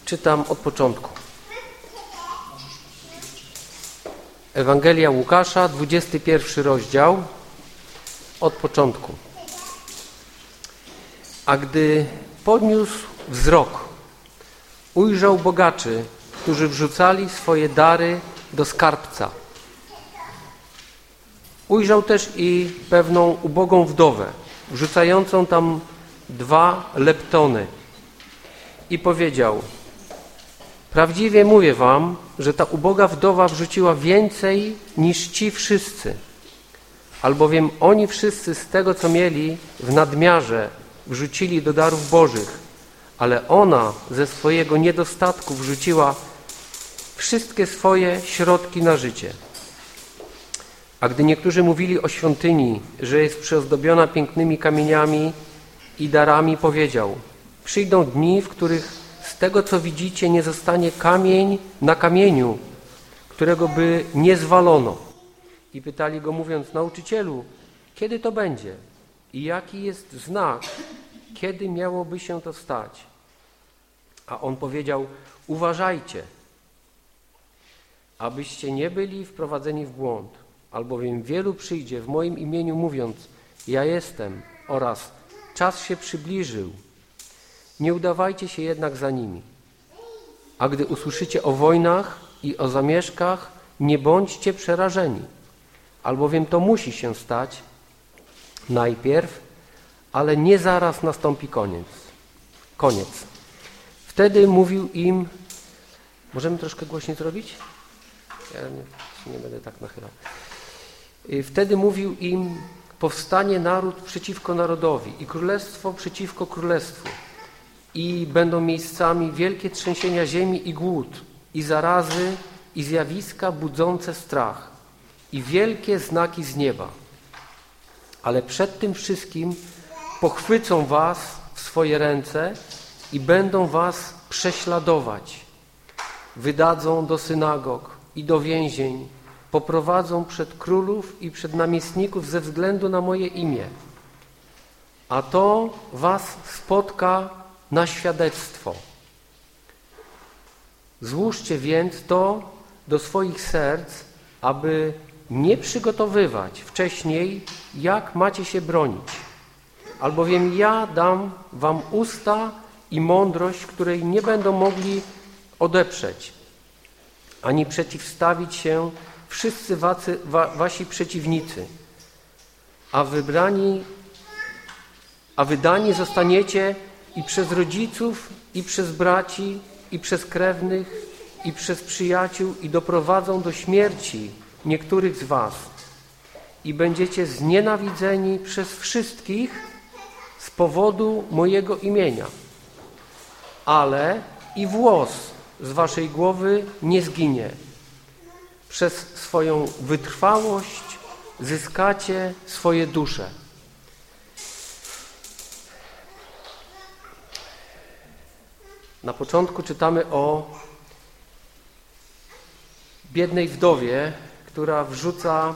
Czytam od początku. Ewangelia Łukasza, 21 rozdział, od początku. A gdy podniósł wzrok, ujrzał bogaczy, którzy wrzucali swoje dary do skarbca. Ujrzał też i pewną ubogą wdowę, wrzucającą tam 2 leptony. I powiedział: prawdziwie mówię wam, że ta uboga wdowa wrzuciła więcej niż ci wszyscy, albowiem oni wszyscy z tego, co mieli, w nadmiarze wrzucili do darów bożych, ale ona ze swojego niedostatku wrzuciła wszystkie swoje środki na życie. A gdy niektórzy mówili o świątyni, że jest przyozdobiona pięknymi kamieniami i darami, powiedział: przyjdą dni, w których z tego, co widzicie, nie zostanie kamień na kamieniu, którego by nie zwalono. I pytali go, mówiąc: nauczycielu, kiedy to będzie? I jaki jest znak, kiedy miałoby się to stać? A on powiedział: uważajcie, abyście nie byli wprowadzeni w błąd, albowiem wielu przyjdzie w moim imieniu, mówiąc: ja jestem, oraz czas się przybliżył. Nie udawajcie się jednak za nimi. A gdy usłyszycie o wojnach i o zamieszkach, nie bądźcie przerażeni, albowiem to musi się stać najpierw, ale nie zaraz nastąpi koniec. Wtedy mówił im... Możemy troszkę głośniej zrobić? Ja nie będę tak nachylał. Wtedy mówił im: powstanie naród przeciwko narodowi i królestwo przeciwko królestwu. I będą miejscami wielkie trzęsienia ziemi i głód, i zarazy, i zjawiska budzące strach, i wielkie znaki z nieba. Ale przed tym wszystkim pochwycą was w swoje ręce i będą was prześladować. Wydadzą do synagog i do więzień, poprowadzą przed królów i przed namiestników ze względu na moje imię. A to was spotka na świadectwo. Złóżcie więc to do swoich serc, aby nie przygotowywać wcześniej, jak macie się bronić. Albowiem ja dam wam usta i mądrość, której nie będą mogli odeprzeć, ani przeciwstawić się wszyscy wasi przeciwnicy, a wydani zostaniecie i przez rodziców, i przez braci, i przez krewnych, i przez przyjaciół, i doprowadzą do śmierci niektórych z was. I będziecie znienawidzeni przez wszystkich z powodu mojego imienia. Ale i włos z waszej głowy nie zginie. Przez swoją wytrwałość zyskacie swoje dusze. Na początku czytamy o biednej wdowie, która wrzuca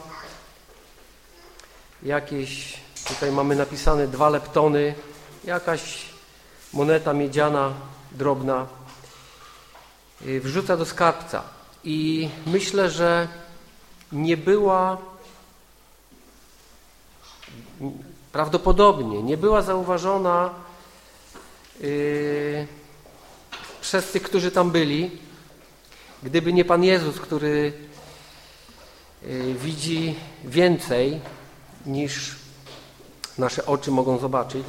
jakieś, tutaj mamy napisane 2 leptony, jakaś moneta miedziana, drobna, wrzuca do skarbca. I myślę, że prawdopodobnie nie była zauważona przez tych, którzy tam byli, gdyby nie Pan Jezus, który widzi więcej niż nasze oczy mogą zobaczyć,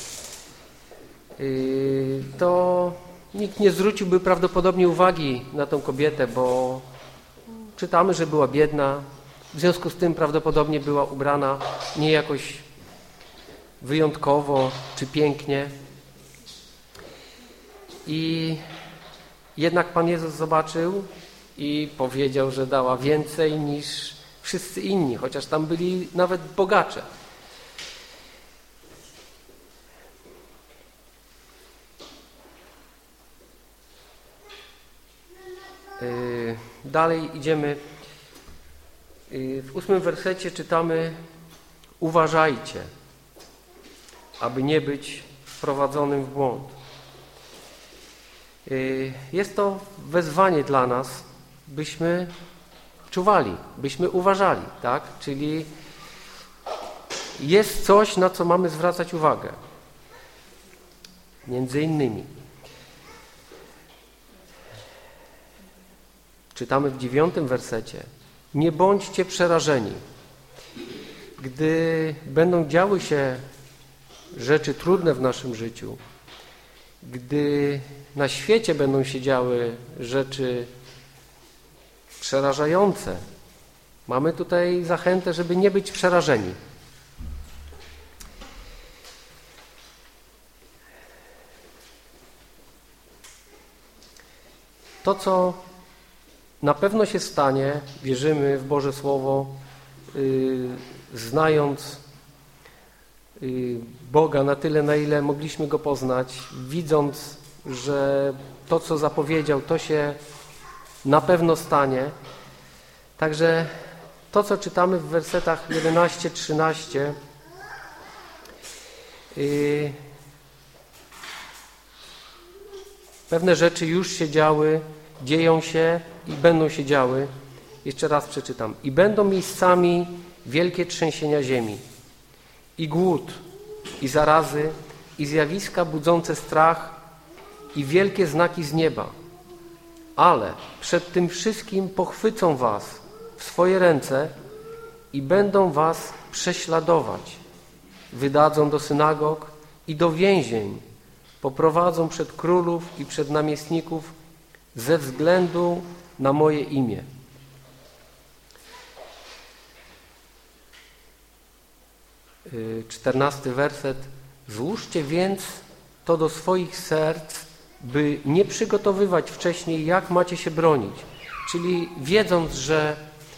to nikt nie zwróciłby prawdopodobnie uwagi na tą kobietę, bo czytamy, że była biedna, w związku z tym prawdopodobnie była ubrana nie jakoś wyjątkowo czy pięknie. I jednak Pan Jezus zobaczył i powiedział, że dała więcej niż wszyscy inni, chociaż tam byli nawet bogacze. Dalej idziemy. W 8 wersecie czytamy: uważajcie, aby nie być wprowadzonym w błąd. Jest to wezwanie dla nas, byśmy czuwali, byśmy uważali, tak? Czyli jest coś, na co mamy zwracać uwagę. Między innymi czytamy w 9 wersecie: nie bądźcie przerażeni, gdy będą działy się rzeczy trudne w naszym życiu, gdy na świecie będą się działy rzeczy przerażające. Mamy tutaj zachętę, żeby nie być przerażeni. To, co na pewno się stanie, wierzymy w Boże Słowo, znając Boga na tyle, na ile mogliśmy Go poznać, widząc, że to, co zapowiedział, to się na pewno stanie. Także to, co czytamy w wersetach 11-13, pewne rzeczy już się działy, dzieją się i będą się działy. Jeszcze raz przeczytam. I będą miejscami wielkie trzęsienia ziemi, i głód, i zarazy, i zjawiska budzące strach, i wielkie znaki z nieba. Ale przed tym wszystkim pochwycą was w swoje ręce i będą was prześladować. Wydadzą do synagog i do więzień, poprowadzą przed królów i przed namiestników ze względu na moje imię. Yy, 14 werset. Złóżcie więc to do swoich serc, by nie przygotowywać wcześniej, jak macie się bronić. Czyli wiedząc, że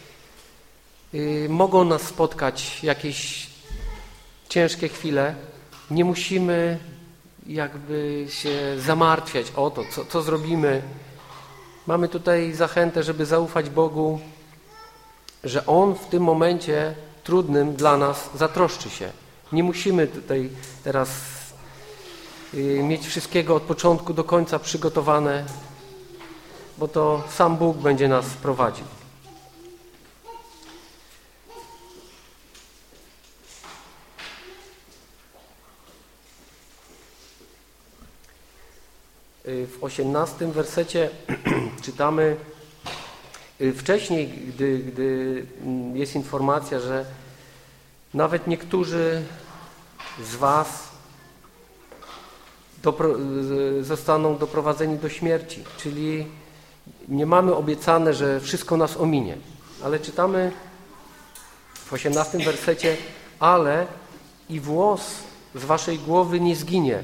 mogą nas spotkać jakieś ciężkie chwile, nie musimy jakby się zamartwiać o to, co zrobimy. Mamy tutaj zachętę, żeby zaufać Bogu, że On w tym momencie trudnym dla nas zatroszczy się. Nie musimy tutaj teraz mieć wszystkiego od początku do końca przygotowane, bo to sam Bóg będzie nas prowadził. W 18 wersecie czytamy wcześniej, gdy jest informacja, że nawet niektórzy z was zostaną doprowadzeni do śmierci, czyli nie mamy obiecane, że wszystko nas ominie, ale czytamy w 18 wersecie: ale i włos z waszej głowy nie zginie.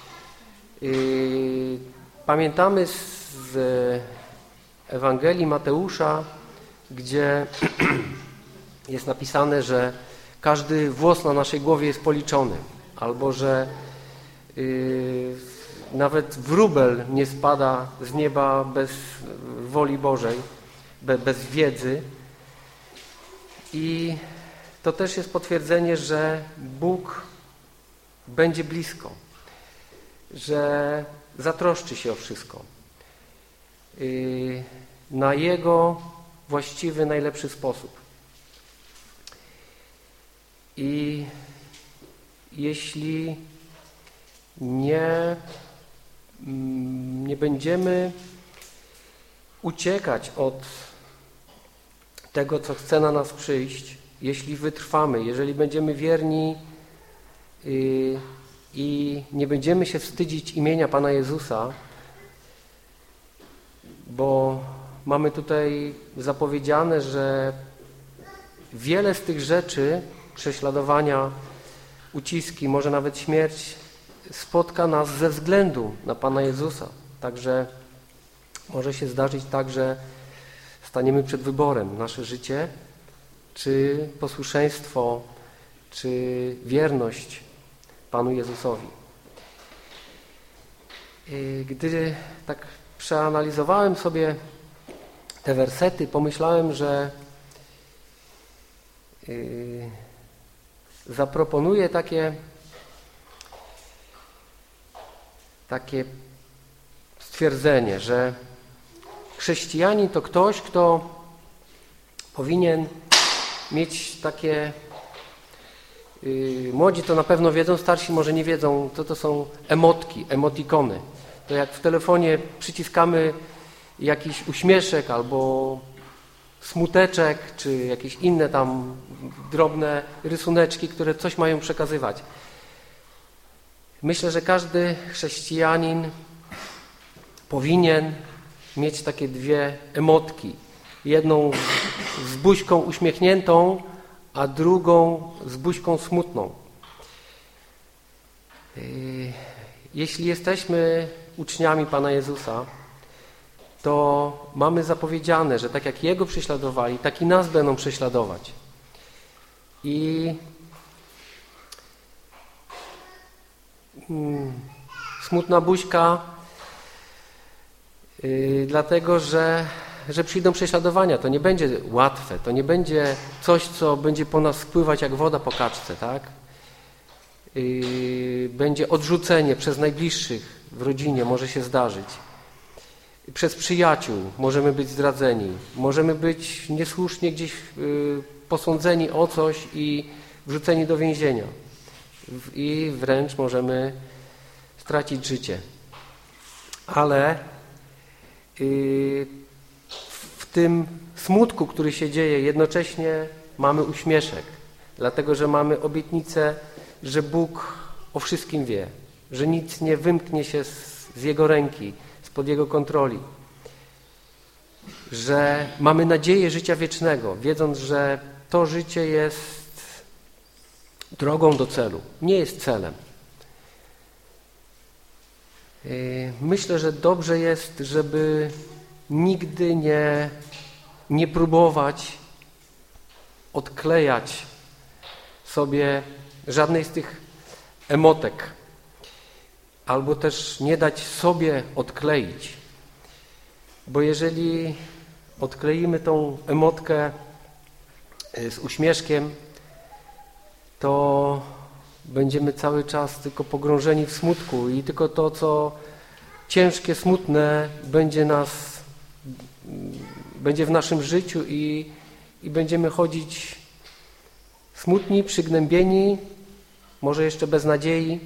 Pamiętamy z Ewangelii Mateusza, gdzie jest napisane, że każdy włos na naszej głowie jest policzony, albo że nawet wróbel nie spada z nieba bez woli Bożej, bez wiedzy. I to też jest potwierdzenie, że Bóg będzie blisko, że zatroszczy się o wszystko na Jego właściwy, najlepszy sposób. I jeśli nie będziemy uciekać od tego, co chce na nas przyjść, jeśli wytrwamy, jeżeli będziemy wierni i nie będziemy się wstydzić imienia Pana Jezusa, bo mamy tutaj zapowiedziane, że wiele z tych rzeczy, prześladowania, uciski, może nawet śmierć, spotka nas ze względu na Pana Jezusa. Także może się zdarzyć tak, że staniemy przed wyborem: nasze życie, czy posłuszeństwo, czy wierność Panu Jezusowi. Gdy tak przeanalizowałem sobie te wersety, pomyślałem, że zaproponuję takie stwierdzenie, że chrześcijanin to ktoś, kto powinien mieć takie, młodzi to na pewno wiedzą, starsi może nie wiedzą, co to są emotki, emotikony. To jak w telefonie przyciskamy jakiś uśmieszek albo smuteczek, czy jakieś inne tam drobne rysuneczki, które coś mają przekazywać. Myślę, że każdy chrześcijanin powinien mieć takie dwie emotki. Jedną z buźką uśmiechniętą, a drugą z buźką smutną. Jeśli jesteśmy uczniami Pana Jezusa, to mamy zapowiedziane, że tak jak Jego prześladowali, tak i nas będą prześladować. I smutna buźka, dlatego, że przyjdą prześladowania. To nie będzie łatwe, to nie będzie coś, co będzie po nas spływać jak woda po kaczce, tak? Będzie odrzucenie przez najbliższych w rodzinie, może się zdarzyć. Przez przyjaciół możemy być zdradzeni, możemy być niesłusznie gdzieś posądzeni o coś i wrzuceni do więzienia. I wręcz możemy stracić życie. Ale w tym smutku, który się dzieje, jednocześnie mamy uśmieszek, dlatego że mamy obietnicę, że Bóg o wszystkim wie, że nic nie wymknie się z Jego ręki, spod Jego kontroli, że mamy nadzieję życia wiecznego, wiedząc, że to życie jest drogą do celu, nie jest celem. Myślę, że dobrze jest, żeby nigdy nie próbować odklejać sobie żadnej z tych emotek, albo też nie dać sobie odkleić, bo jeżeli odkleimy tą emotkę z uśmieszkiem, to będziemy cały czas tylko pogrążeni w smutku i tylko to, co ciężkie, smutne będzie w naszym życiu i będziemy chodzić smutni, przygnębieni, może jeszcze bez nadziei,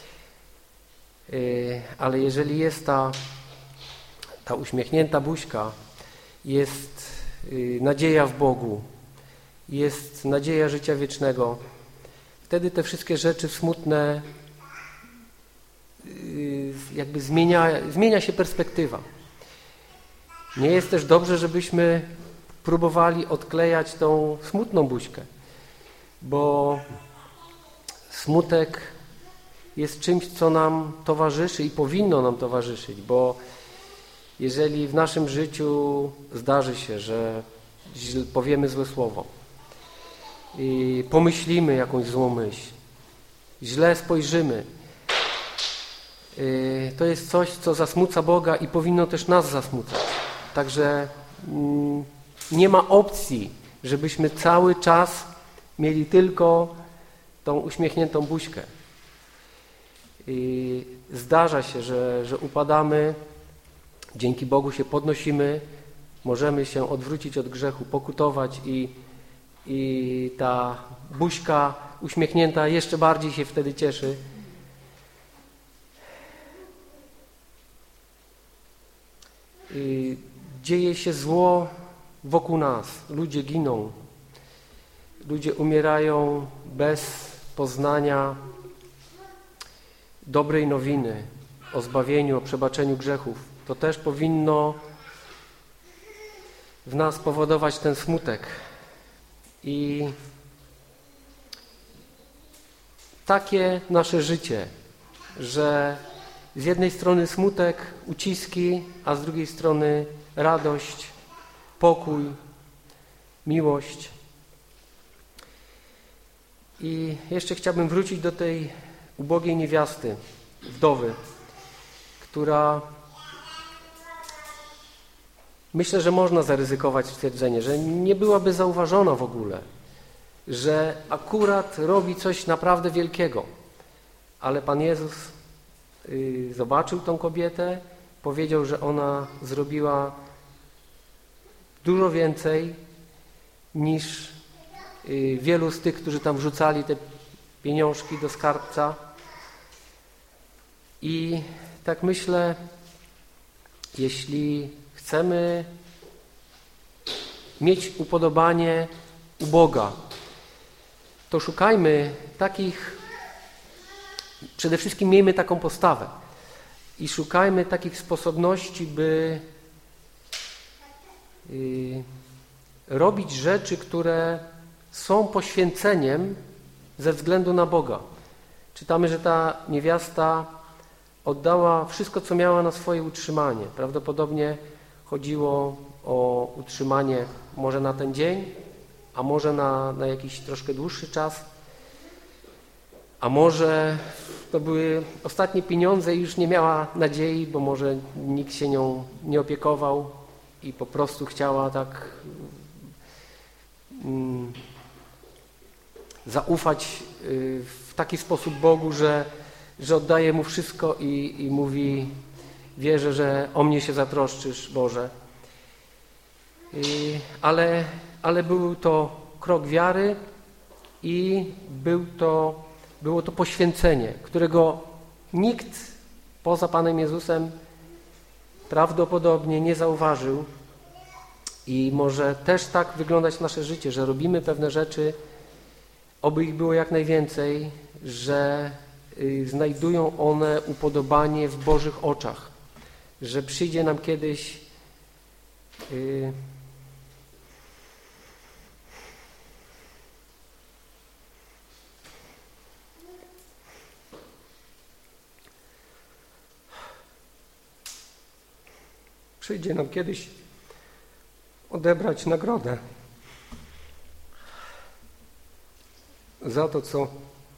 ale jeżeli jest ta uśmiechnięta buźka, jest nadzieja w Bogu, jest nadzieja życia wiecznego, wtedy te wszystkie rzeczy smutne, jakby zmienia się perspektywa. Nie jest też dobrze, żebyśmy próbowali odklejać tą smutną buźkę, bo smutek jest czymś, co nam towarzyszy i powinno nam towarzyszyć, bo jeżeli w naszym życiu zdarzy się, że powiemy złe słowo i pomyślimy jakąś złą myśl, źle spojrzymy, to jest coś, co zasmuca Boga i powinno też nas zasmucać. Także nie ma opcji, żebyśmy cały czas mieli tylko tą uśmiechniętą buźkę. I zdarza się, że upadamy, dzięki Bogu się podnosimy, możemy się odwrócić od grzechu, pokutować i ta buźka uśmiechnięta jeszcze bardziej się wtedy cieszy. I dzieje się zło wokół nas, ludzie giną, ludzie umierają bez poznania dobrej nowiny o zbawieniu, o przebaczeniu grzechów. To też powinno w nas powodować ten smutek. I takie nasze życie, że z jednej strony smutek, uciski, a z drugiej strony radość, pokój, miłość. I jeszcze chciałbym wrócić do tej ubogiej niewiasty, wdowy, która, myślę, że można zaryzykować stwierdzenie, że nie byłaby zauważona w ogóle, że akurat robi coś naprawdę wielkiego. Ale Pan Jezus zobaczył tą kobietę, powiedział, że ona zrobiła dużo więcej niż wielu z tych, którzy tam wrzucali te pieniążki do skarbca. I tak myślę, jeśli chcemy mieć upodobanie u Boga, to szukajmy takich, przede wszystkim miejmy taką postawę i szukajmy takich sposobności, by robić rzeczy, które są poświęceniem ze względu na Boga. Czytamy, że ta niewiasta oddała wszystko, co miała na swoje utrzymanie. Prawdopodobnie chodziło o utrzymanie może na ten dzień, a może na jakiś troszkę dłuższy czas, a może to były ostatnie pieniądze i już nie miała nadziei, bo może nikt się nią nie opiekował i po prostu chciała tak zaufać w taki sposób Bogu, że oddaje Mu wszystko i mówi: wierzę, że o mnie się zatroszczysz, Boże. Ale był to krok wiary i było to poświęcenie, którego nikt poza Panem Jezusem prawdopodobnie nie zauważył. I może też tak wyglądać nasze życie, że robimy pewne rzeczy, oby ich było jak najwięcej, że znajdują one upodobanie w Bożych oczach, że przyjdzie nam kiedyś odebrać nagrodę za to, co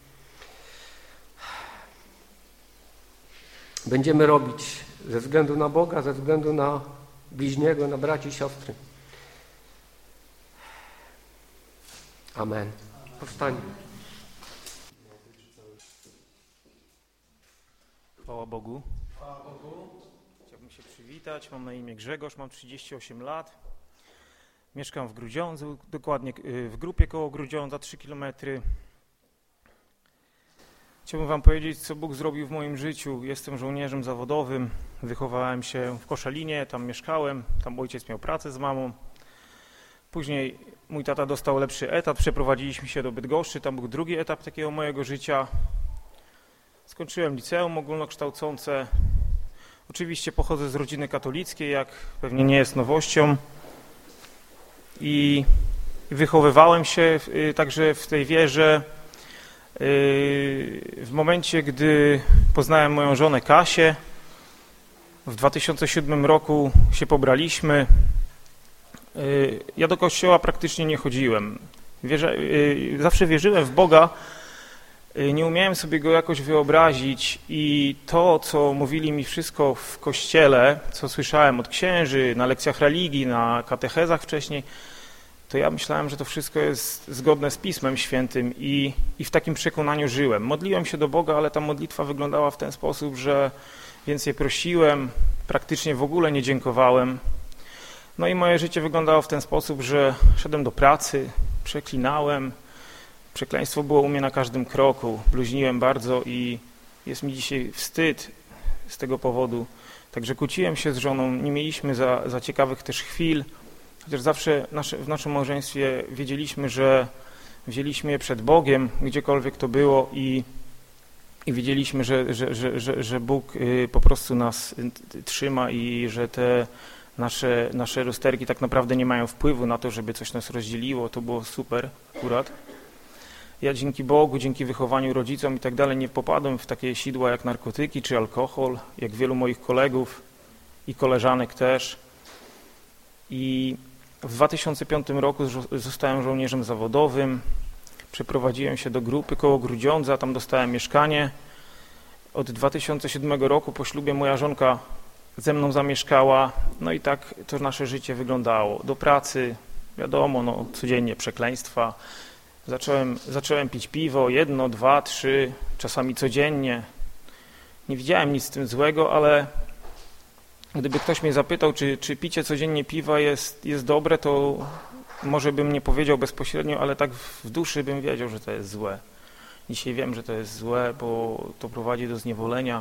będziemy robić ze względu na Boga, ze względu na bliźniego, na braci i siostry. Amen. Powstańmy. Chwała Bogu. Chciałbym się przywitać. Mam na imię Grzegorz, mam 38 lat. Mieszkam w Grudziądzu, dokładnie w grupie koło Grudziądza, 3 km. Chciałbym wam powiedzieć, co Bóg zrobił w moim życiu. Jestem żołnierzem zawodowym, wychowałem się w Koszalinie, tam mieszkałem, tam ojciec miał pracę z mamą. Później mój tata dostał lepszy etat, przeprowadziliśmy się do Bydgoszczy, tam był drugi etap takiego mojego życia. Skończyłem liceum ogólnokształcące. Oczywiście pochodzę z rodziny katolickiej, jak pewnie nie jest nowością. I wychowywałem się także w tej wierze. W momencie, gdy poznałem moją żonę Kasię, w 2007 roku się pobraliśmy. Ja do kościoła praktycznie nie chodziłem. Zawsze wierzyłem w Boga, nie umiałem sobie Go jakoś wyobrazić i to, co mówili mi wszystko w kościele, co słyszałem od księży, na lekcjach religii, na katechezach wcześniej, to ja myślałem, że to wszystko jest zgodne z Pismem Świętym i w takim przekonaniu żyłem. Modliłem się do Boga, ale ta modlitwa wyglądała w ten sposób, że więcej prosiłem, praktycznie w ogóle nie dziękowałem. No i moje życie wyglądało w ten sposób, że szedłem do pracy, przeklinałem, przekleństwo było u mnie na każdym kroku, bluźniłem bardzo i jest mi dzisiaj wstyd z tego powodu. Także kłóciłem się z żoną, nie mieliśmy za ciekawych też chwil, chociaż zawsze w naszym małżeństwie wiedzieliśmy, że wzięliśmy je przed Bogiem, gdziekolwiek to było i wiedzieliśmy, że Bóg po prostu nas trzyma i że te nasze rozterki tak naprawdę nie mają wpływu na to, żeby coś nas rozdzieliło. To było super akurat. Ja dzięki Bogu, dzięki wychowaniu rodzicom i tak dalej nie popadłem w takie sidła jak narkotyki czy alkohol, jak wielu moich kolegów i koleżanek też. I w 2005 roku zostałem żołnierzem zawodowym, przeprowadziłem się do grupy koło Grudziądza, tam dostałem mieszkanie. Od 2007 roku po ślubie moja żonka ze mną zamieszkała, no i tak to nasze życie wyglądało. Do pracy, wiadomo, no, codziennie przekleństwa. Zacząłem pić piwo, 1, 2, 3, czasami codziennie. Nie widziałem nic z tym złego, ale Gdyby ktoś mnie zapytał, czy picie codziennie piwa jest dobre, to może bym nie powiedział bezpośrednio, ale tak w duszy bym wiedział, że to jest złe. Dzisiaj wiem, że to jest złe, bo to prowadzi do zniewolenia.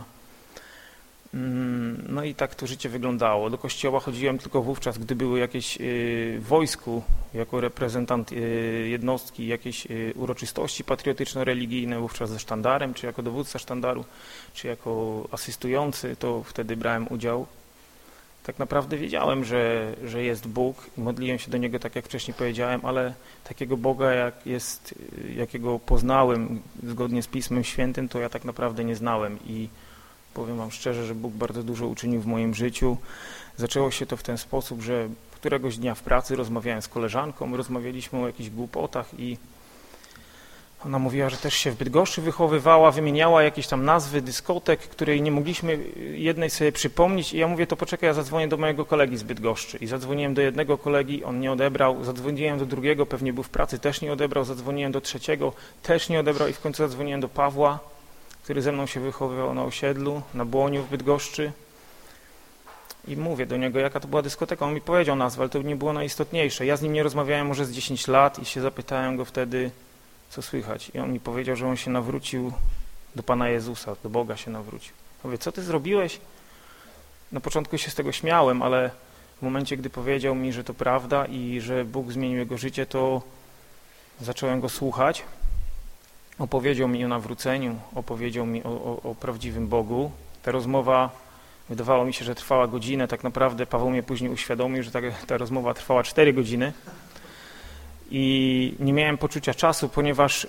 No i tak to życie wyglądało. Do kościoła chodziłem tylko wówczas, gdy były jakieś w wojsku, jako reprezentant jednostki, jakieś uroczystości patriotyczno-religijne, wówczas ze sztandarem, czy jako dowódca sztandaru, czy jako asystujący, to wtedy brałem udział. Tak naprawdę wiedziałem, że jest Bóg i modliłem się do Niego, tak jak wcześniej powiedziałem, ale takiego Boga, jakiego poznałem zgodnie z Pismem Świętym, to ja tak naprawdę nie znałem i powiem wam szczerze, że Bóg bardzo dużo uczynił w moim życiu. Zaczęło się to w ten sposób, że któregoś dnia w pracy rozmawiałem z koleżanką, rozmawialiśmy o jakichś głupotach i ona mówiła, że też się w Bydgoszczy wychowywała, wymieniała jakieś tam nazwy dyskotek, której nie mogliśmy jednej sobie przypomnieć i ja mówię, to poczekaj, ja zadzwonię do mojego kolegi z Bydgoszczy. I zadzwoniłem do jednego kolegi, on nie odebrał, zadzwoniłem do drugiego, pewnie był w pracy, też nie odebrał, zadzwoniłem do trzeciego, też nie odebrał i w końcu zadzwoniłem do Pawła, który ze mną się wychowywał na osiedlu, na Błoniu w Bydgoszczy. I mówię do niego, jaka to była dyskoteka. On mi powiedział nazwę, ale to nie było najistotniejsze. Ja z nim nie rozmawiałem może z 10 lat i się zapytałem go wtedy, co słychać. I on mi powiedział, że on się nawrócił do Pana Jezusa, do Boga się nawrócił. Mówię, co ty zrobiłeś? Na początku się z tego śmiałem, ale w momencie, gdy powiedział mi, że to prawda i że Bóg zmienił jego życie, to zacząłem go słuchać. Opowiedział mi o nawróceniu, opowiedział mi o prawdziwym Bogu. Ta rozmowa, wydawało mi się, że trwała godzinę. Tak naprawdę Paweł mnie później uświadomił, że ta rozmowa trwała 4 godziny. I nie miałem poczucia czasu, ponieważ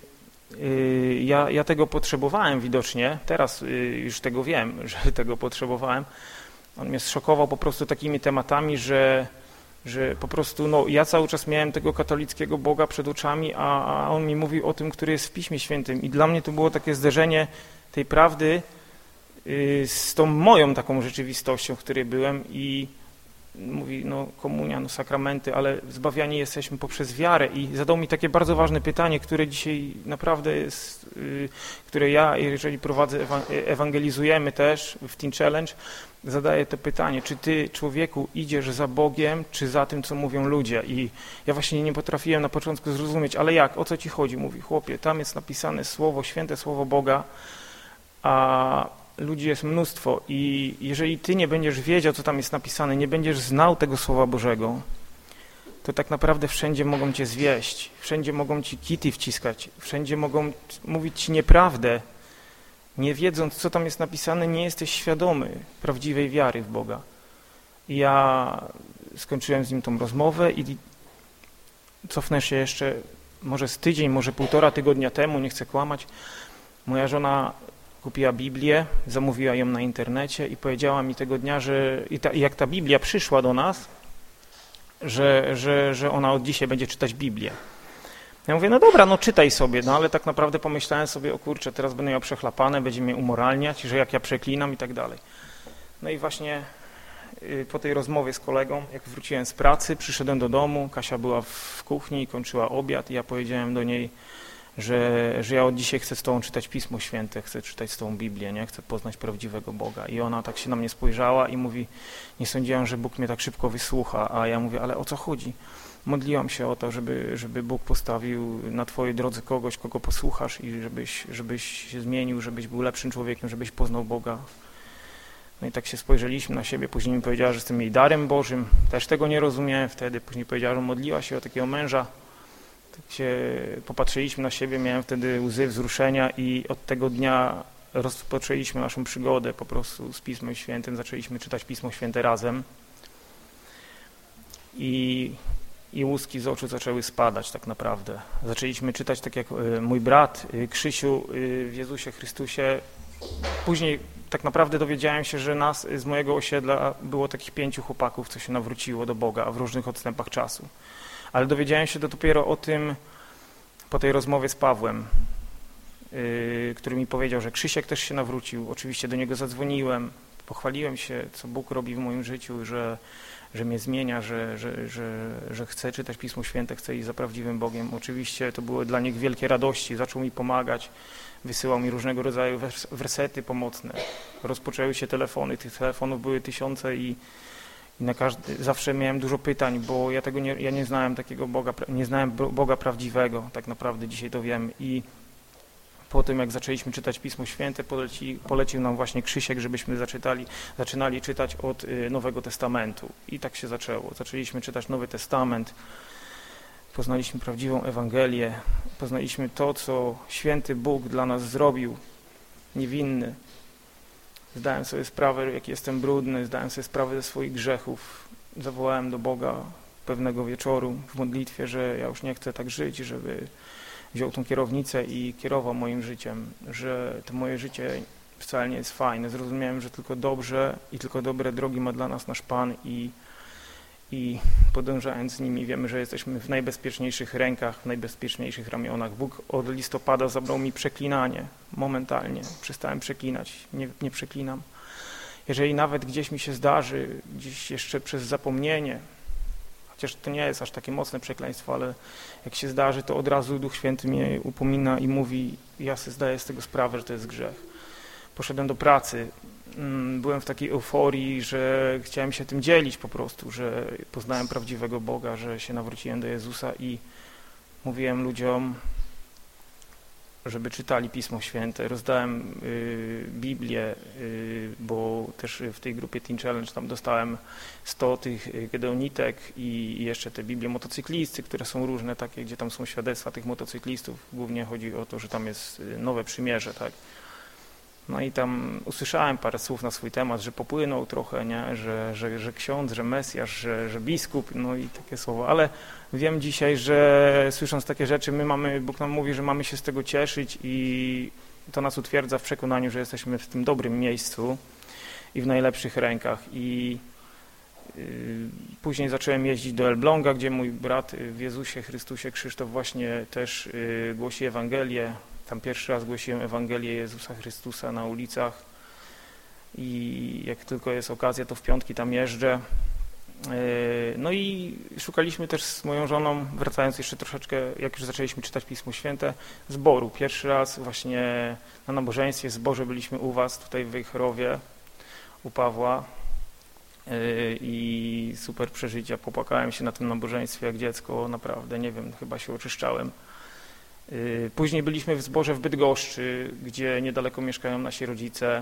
ja tego potrzebowałem widocznie. Teraz już tego wiem, że tego potrzebowałem. On mnie zszokował po prostu takimi tematami, że po prostu ja cały czas miałem tego katolickiego Boga przed oczami, a on mi mówił o tym, który jest w Piśmie Świętym. I dla mnie to było takie zderzenie tej prawdy z tą moją taką rzeczywistością, w której byłem i mówi, komunia, sakramenty, ale zbawiani jesteśmy poprzez wiarę i zadał mi takie bardzo ważne pytanie, które dzisiaj naprawdę jest, które ja, jeżeli prowadzę, ewangelizujemy też w Teen Challenge, zadaję to pytanie, czy ty, człowieku, idziesz za Bogiem, czy za tym, co mówią ludzie? I ja właśnie nie potrafiłem na początku zrozumieć, ale jak, o co ci chodzi? Mówi, chłopie, tam jest napisane słowo, święte słowo Boga, a ludzi jest mnóstwo i jeżeli ty nie będziesz wiedział, co tam jest napisane, nie będziesz znał tego Słowa Bożego, to tak naprawdę wszędzie mogą cię zwieść, wszędzie mogą ci kity wciskać, wszędzie mogą mówić ci nieprawdę. Nie wiedząc, co tam jest napisane, nie jesteś świadomy prawdziwej wiary w Boga. I ja skończyłem z nim tą rozmowę i cofnę się jeszcze może z tydzień, może 1,5 tygodnia temu, nie chcę kłamać, moja żona kupiła Biblię, zamówiła ją na internecie i powiedziała mi tego dnia, że jak ta Biblia przyszła do nas, że ona od dzisiaj będzie czytać Biblię. Ja mówię, no dobra, czytaj sobie, ale tak naprawdę pomyślałem sobie, o kurczę, teraz będę miał przechlapane, będzie mnie umoralniać, że jak ja przeklinam i tak dalej. No i właśnie po tej rozmowie z kolegą, jak wróciłem z pracy, przyszedłem do domu, Kasia była w kuchni i kończyła obiad i ja powiedziałem do niej, że ja od dzisiaj chcę z tobą czytać Pismo Święte, chcę czytać z tobą Biblię, nie? Chcę poznać prawdziwego Boga. I ona tak się na mnie spojrzała i mówi, nie sądziłam, że Bóg mnie tak szybko wysłucha, a ja mówię, ale o co chodzi? Modliłam się o to, żeby Bóg postawił na twojej drodze kogoś, kogo posłuchasz i żebyś się zmienił, żebyś był lepszym człowiekiem, żebyś poznał Boga. No i tak się spojrzeliśmy na siebie, później mi powiedziała, że jestem jej darem Bożym, też tego nie rozumiałem wtedy, później powiedziała, że modliła się o takiego męża. Tak się popatrzyliśmy na siebie, miałem wtedy łzy wzruszenia i od tego dnia rozpoczęliśmy naszą przygodę po prostu z Pismem Świętym, zaczęliśmy czytać Pismo Święte razem i łuski z oczu zaczęły spadać tak naprawdę. Zaczęliśmy czytać tak jak mój brat Krzysiu w Jezusie Chrystusie. Później tak naprawdę dowiedziałem się, że nas z mojego osiedla było takich 5 chłopaków, co się nawróciło do Boga w różnych odstępach czasu. Ale dowiedziałem się dopiero o tym po tej rozmowie z Pawłem, który mi powiedział, że Krzysiek też się nawrócił. Oczywiście do niego zadzwoniłem, Pochwaliłem się, co Bóg robi w moim życiu, że mnie zmienia, że chcę czytać Pismo Święte, chcę iść za prawdziwym Bogiem. Oczywiście to były dla nich wielkie radości, zaczął mi pomagać, wysyłał mi różnego rodzaju wersety pomocne. Rozpoczęły się telefony, tych telefonów były tysiące i zawsze miałem dużo pytań, bo ja nie znałem takiego Boga, nie znałem Boga prawdziwego, tak naprawdę dzisiaj to wiem. I po tym, jak zaczęliśmy czytać Pismo Święte, polecił nam właśnie Krzysiek, żebyśmy zaczynali czytać od Nowego Testamentu. I tak się zaczęło. Zaczęliśmy czytać Nowy Testament, poznaliśmy prawdziwą Ewangelię, poznaliśmy to, co święty Bóg dla nas zrobił, niewinny. Zdałem sobie sprawę, jak jestem brudny, zdałem sobie sprawę ze swoich grzechów. Zawołałem do Boga pewnego wieczoru w modlitwie, że ja już nie chcę tak żyć, żeby wziął tą kierownicę i kierował moim życiem, że to moje życie wcale nie jest fajne. Zrozumiałem, że tylko dobrze i tylko dobre drogi ma dla nas nasz Pan i podążając z nimi wiemy, że jesteśmy w najbezpieczniejszych rękach, w najbezpieczniejszych ramionach. Bóg od listopada zabrał mi przeklinanie momentalnie. Przestałem przeklinać, nie przeklinam. Jeżeli nawet gdzieś mi się zdarzy, gdzieś jeszcze przez zapomnienie, chociaż to nie jest aż takie mocne przekleństwo, ale jak się zdarzy, to od razu Duch Święty mnie upomina i mówi, ja sobie zdaję z tego sprawę, że to jest grzech. Poszedłem do pracy, byłem w takiej euforii, że chciałem się tym dzielić po prostu, że poznałem prawdziwego Boga, że się nawróciłem do Jezusa i mówiłem ludziom, żeby czytali Pismo Święte. Rozdałem Biblię, bo też w tej grupie Teen Challenge tam dostałem 100 tych gedeonitek i jeszcze te Biblie motocyklisty, które są różne takie, gdzie tam są świadectwa tych motocyklistów. Głównie chodzi o to, że tam jest nowe przymierze, tak. No i tam usłyszałem parę słów na swój temat, że popłynął trochę, nie? Że ksiądz, że Mesjasz, że biskup, no i takie słowa, ale wiem dzisiaj, że słysząc takie rzeczy, Bóg nam mówi, że mamy się z tego cieszyć i to nas utwierdza w przekonaniu, że jesteśmy w tym dobrym miejscu i w najlepszych rękach. I później zacząłem jeździć do Elbląga, gdzie mój brat w Jezusie Chrystusie Krzysztof właśnie też głosi Ewangelię. Tam pierwszy raz głosiłem Ewangelię Jezusa Chrystusa na ulicach i jak tylko jest okazja, to w piątki tam jeżdżę. No i szukaliśmy też z moją żoną, wracając jeszcze troszeczkę, jak już zaczęliśmy czytać Pismo Święte, zboru. Pierwszy raz właśnie na nabożeństwie w zborze byliśmy u was, tutaj w Wejherowie, u Pawła i super przeżycia. Popłakałem się na tym nabożeństwie jak dziecko, naprawdę, nie wiem, chyba się oczyszczałem. Później byliśmy w zborze w Bydgoszczy, gdzie niedaleko mieszkają nasi rodzice.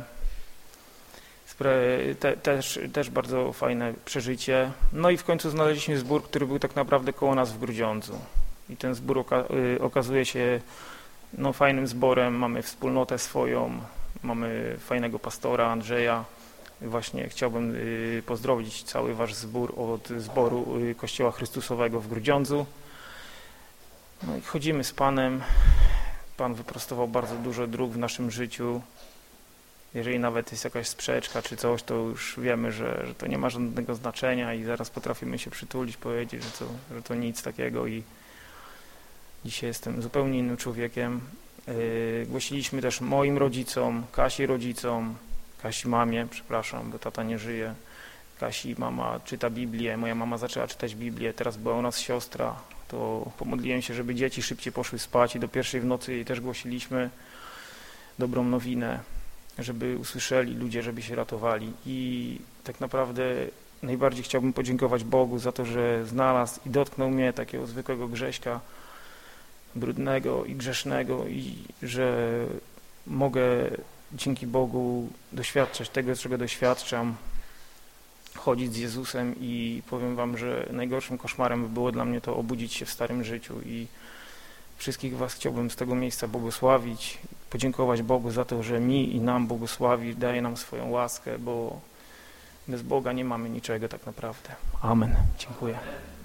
Też bardzo fajne przeżycie. No i w końcu znaleźliśmy zbór, który był tak naprawdę koło nas w Grudziądzu. I ten zbór okazuje się fajnym zborem. Mamy wspólnotę swoją, mamy fajnego pastora Andrzeja. Właśnie chciałbym pozdrowić cały wasz zbór od zboru Kościoła Chrystusowego w Grudziądzu. No i chodzimy z Panem. Pan wyprostował bardzo dużo dróg w naszym życiu. Jeżeli nawet jest jakaś sprzeczka czy coś, to już wiemy, że to nie ma żadnego znaczenia i zaraz potrafimy się przytulić, powiedzieć, że to nic takiego i dzisiaj jestem zupełnie innym człowiekiem. Głosiliśmy też moim rodzicom, Kasi mamie, przepraszam, bo tata nie żyje. Kasi mama czyta Biblię, moja mama zaczęła czytać Biblię, teraz była u nas siostra, to pomodliłem się, żeby dzieci szybciej poszły spać i do 1:00 w nocy jej też głosiliśmy dobrą nowinę, żeby usłyszeli ludzie, żeby się ratowali. I tak naprawdę najbardziej chciałbym podziękować Bogu za to, że znalazł i dotknął mnie, takiego zwykłego Grześka, brudnego i grzesznego i że mogę dzięki Bogu doświadczać tego, czego doświadczam, chodzić z Jezusem i powiem wam, że najgorszym koszmarem by było dla mnie to obudzić się w starym życiu i wszystkich was chciałbym z tego miejsca błogosławić, podziękować Bogu za to, że mi i nam błogosławi, daje nam swoją łaskę, bo bez Boga nie mamy niczego tak naprawdę. Amen. Dziękuję.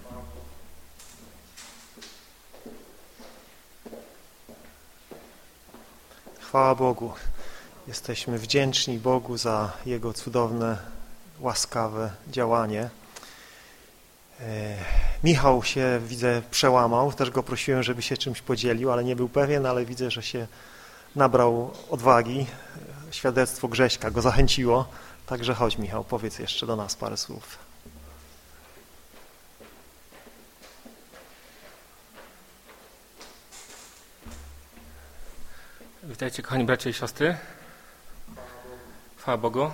Chwała Bogu. Jesteśmy wdzięczni Bogu za Jego cudowne, łaskawe działanie. Michał się, widzę, przełamał. Też go prosiłem, żeby się czymś podzielił, ale nie był pewien, ale widzę, że się nabrał odwagi. Świadectwo Grześka go zachęciło. Także chodź, Michał, powiedz jeszcze do nas parę słów. Witajcie, kochani bracia i siostry. Chwała Bogu.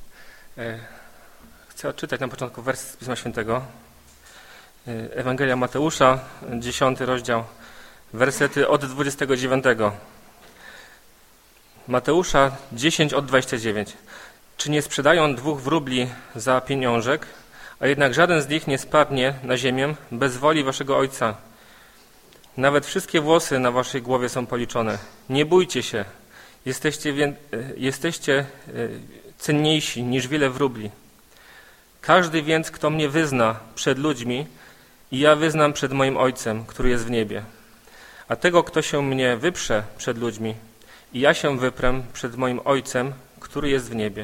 Chcę odczytać na początku wers z Pisma Świętego. Ewangelia Mateusza, 10 rozdział, wersety od 29. Mateusza 10 od 29. Czy nie sprzedają 2 wróbli za pieniążek, a jednak żaden z nich nie spadnie na ziemię bez woli waszego Ojca? Nawet wszystkie włosy na waszej głowie są policzone. Nie bójcie się, jesteście cenniejsi niż wiele wróbli. Każdy więc, kto mnie wyzna przed ludźmi, i ja wyznam przed moim Ojcem, który jest w niebie. A tego, kto się mnie wyprze przed ludźmi, i ja się wyprę przed moim Ojcem, który jest w niebie.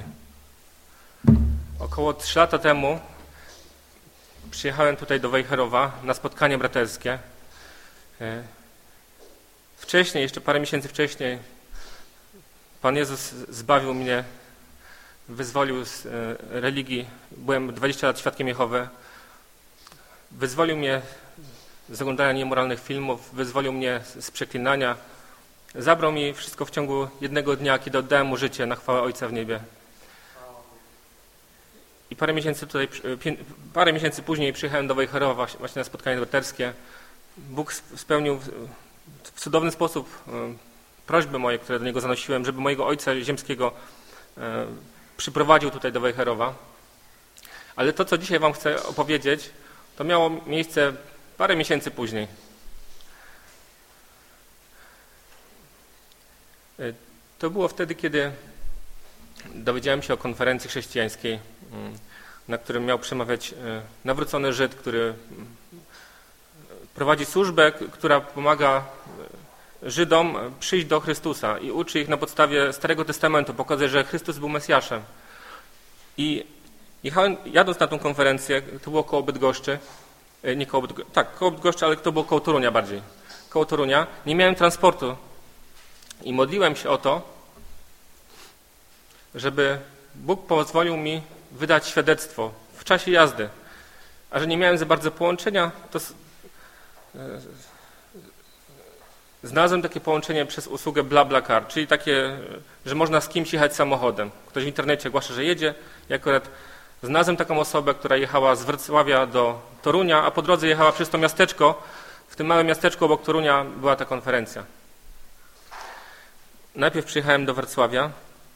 Około 3 lata temu przyjechałem tutaj do Wejherowa na spotkanie braterskie. Wcześniej, jeszcze parę miesięcy wcześniej, Pan Jezus zbawił mnie, wyzwolił z religii. Byłem 20 lat świadkiem Jehowy. Wyzwolił mnie z oglądania niemoralnych filmów, wyzwolił mnie z przeklinania. Zabrał mi wszystko w ciągu jednego dnia, kiedy oddałem mu życie na chwałę Ojca w niebie. I parę miesięcy później przyjechałem do Wejherowa właśnie na spotkanie braterskie. Bóg spełnił w cudowny sposób prośby moje, które do Niego zanosiłem, żeby mojego Ojca Ziemskiego przyprowadził tutaj do Wejherowa. Ale to, co dzisiaj wam chcę opowiedzieć, to miało miejsce parę miesięcy później. To było wtedy, kiedy dowiedziałem się o konferencji chrześcijańskiej, na którym miał przemawiać nawrócony Żyd, który prowadzi służbę, która pomaga Żydom przyjść do Chrystusa i uczy ich na podstawie Starego Testamentu, pokazuje, że Chrystus był Mesjaszem. I jadąc na tą konferencję, to było koło Bydgoszczy, koło Bydgoszczy, ale to było koło Torunia bardziej. Koło Torunia. Nie miałem transportu i modliłem się o to, żeby Bóg pozwolił mi wydać świadectwo w czasie jazdy. A że nie miałem za bardzo połączenia, to znalazłem takie połączenie przez usługę BlaBlaCar, czyli takie, że można z kimś jechać samochodem. Ktoś w internecie ogłasza, że jedzie. Ja akurat znalazłem taką osobę, która jechała z Wrocławia do Torunia, a po drodze jechała przez to miasteczko. W tym małym miasteczku obok Torunia była ta konferencja. Najpierw przyjechałem do Wrocławia,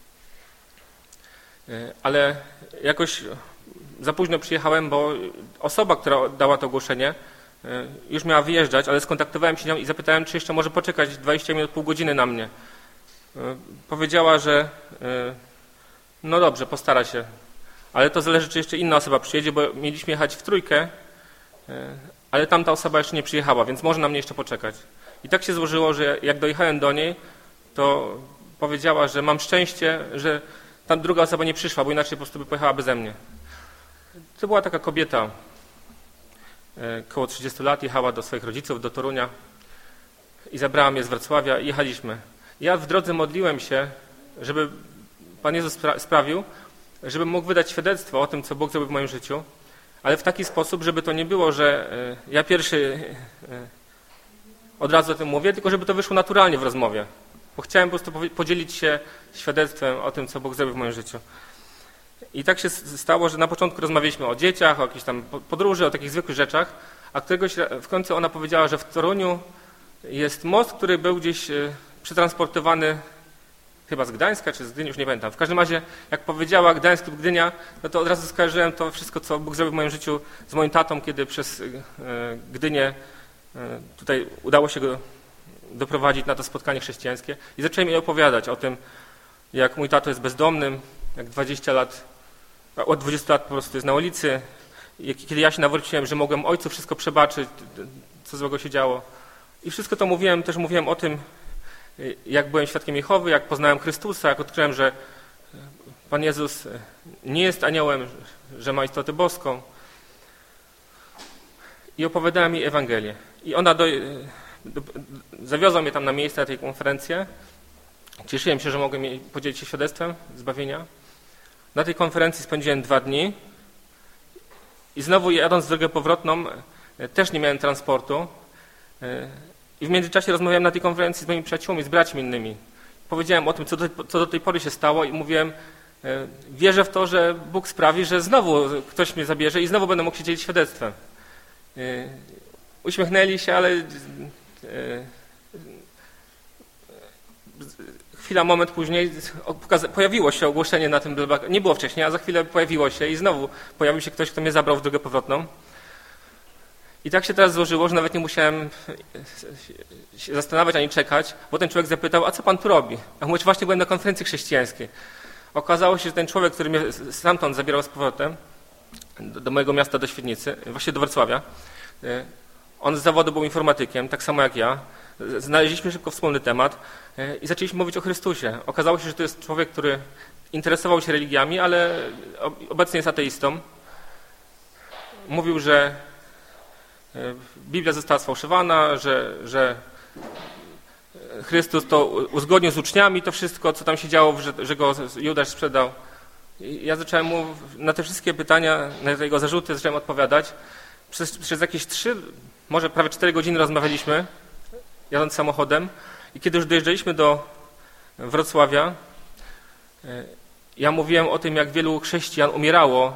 ale jakoś za późno przyjechałem, bo osoba, która dała to ogłoszenie, już miała wyjeżdżać, ale skontaktowałem się z nią i zapytałem, czy jeszcze może poczekać 20 minut, pół godziny na mnie. Powiedziała, że no dobrze, postara się, ale to zależy, czy jeszcze inna osoba przyjedzie, bo mieliśmy jechać w trójkę, ale tamta osoba jeszcze nie przyjechała, więc może na mnie jeszcze poczekać. I tak się złożyło, że jak dojechałem do niej, to powiedziała, że mam szczęście, że tam druga osoba nie przyszła, bo inaczej po prostu by pojechała beze mnie. To była taka kobieta, koło 30 lat, jechała do swoich rodziców, do Torunia i zabrała mnie z Wrocławia i jechaliśmy. Ja w drodze modliłem się, żeby Pan Jezus sprawił, żebym mógł wydać świadectwo o tym, co Bóg zrobił w moim życiu, ale w taki sposób, żeby to nie było, że ja pierwszy od razu o tym mówię, tylko żeby to wyszło naturalnie w rozmowie. Bo chciałem po prostu podzielić się świadectwem o tym, co Bóg zrobił w moim życiu. I tak się stało, że na początku rozmawialiśmy o dzieciach, o jakiejś tam podróży, o takich zwykłych rzeczach, a któregoś w końcu ona powiedziała, że w Toruniu jest most, który był gdzieś przetransportowany chyba z Gdańska czy z Gdyni, już nie pamiętam. W każdym razie, jak powiedziała Gdańsk lub Gdynia, no to od razu skojarzyłem to wszystko, co Bóg zrobił w moim życiu z moim tatą, kiedy przez Gdynię tutaj udało się go doprowadzić na to spotkanie chrześcijańskie i zacząłem jej opowiadać o tym, jak mój tato jest bezdomnym, jak od 20 lat po prostu jest na ulicy, kiedy ja się nawróciłem, że mogłem ojcu wszystko przebaczyć, co złego się działo. I wszystko to mówiłem, też mówiłem o tym, jak byłem świadkiem Jehowy, jak poznałem Chrystusa, jak odkryłem, że Pan Jezus nie jest aniołem, że ma istotę boską. I opowiadałem jej Ewangelię. I ona zawiozła mnie tam na miejsce, na tej konferencję. Cieszyłem się, że mogłem jej podzielić się świadectwem zbawienia. Na tej konferencji spędziłem 2 dni i znowu jadąc drogę powrotną też nie miałem transportu i w międzyczasie rozmawiałem na tej konferencji z moimi przyjaciółmi, z braćmi innymi. Powiedziałem o tym, co do tej pory się stało i mówiłem, wierzę w to, że Bóg sprawi, że znowu ktoś mnie zabierze i znowu będę mógł się dzielić świadectwem. Uśmiechnęli się, ale moment później pojawiło się ogłoszenie na tym BlaBlaCarze. Nie było wcześniej, a za chwilę pojawiło się i znowu pojawił się ktoś, kto mnie zabrał w drogę powrotną. I tak się teraz złożyło, że nawet nie musiałem się zastanawiać ani czekać, bo ten człowiek zapytał, a co pan tu robi? A mówię, właśnie byłem na konferencji chrześcijańskiej. Okazało się, że ten człowiek, który mnie stamtąd zabierał z powrotem do mojego miasta, do Świdnicy, właśnie do Wrocławia, on z zawodu był informatykiem, tak samo jak ja. Znaleźliśmy szybko wspólny temat i zaczęliśmy mówić o Chrystusie. Okazało się, że to jest człowiek, który interesował się religiami, ale obecnie jest ateistą. Mówił, że Biblia została sfałszowana, że Chrystus to uzgodnił z uczniami to wszystko, co tam się działo, że go Judasz sprzedał. I ja zacząłem mu na te wszystkie pytania, na te jego zarzuty zacząłem odpowiadać. Przez jakieś 3, może prawie 4 godziny rozmawialiśmy, jadąc samochodem. I kiedy już dojeżdżaliśmy do Wrocławia, ja mówiłem o tym, jak wielu chrześcijan umierało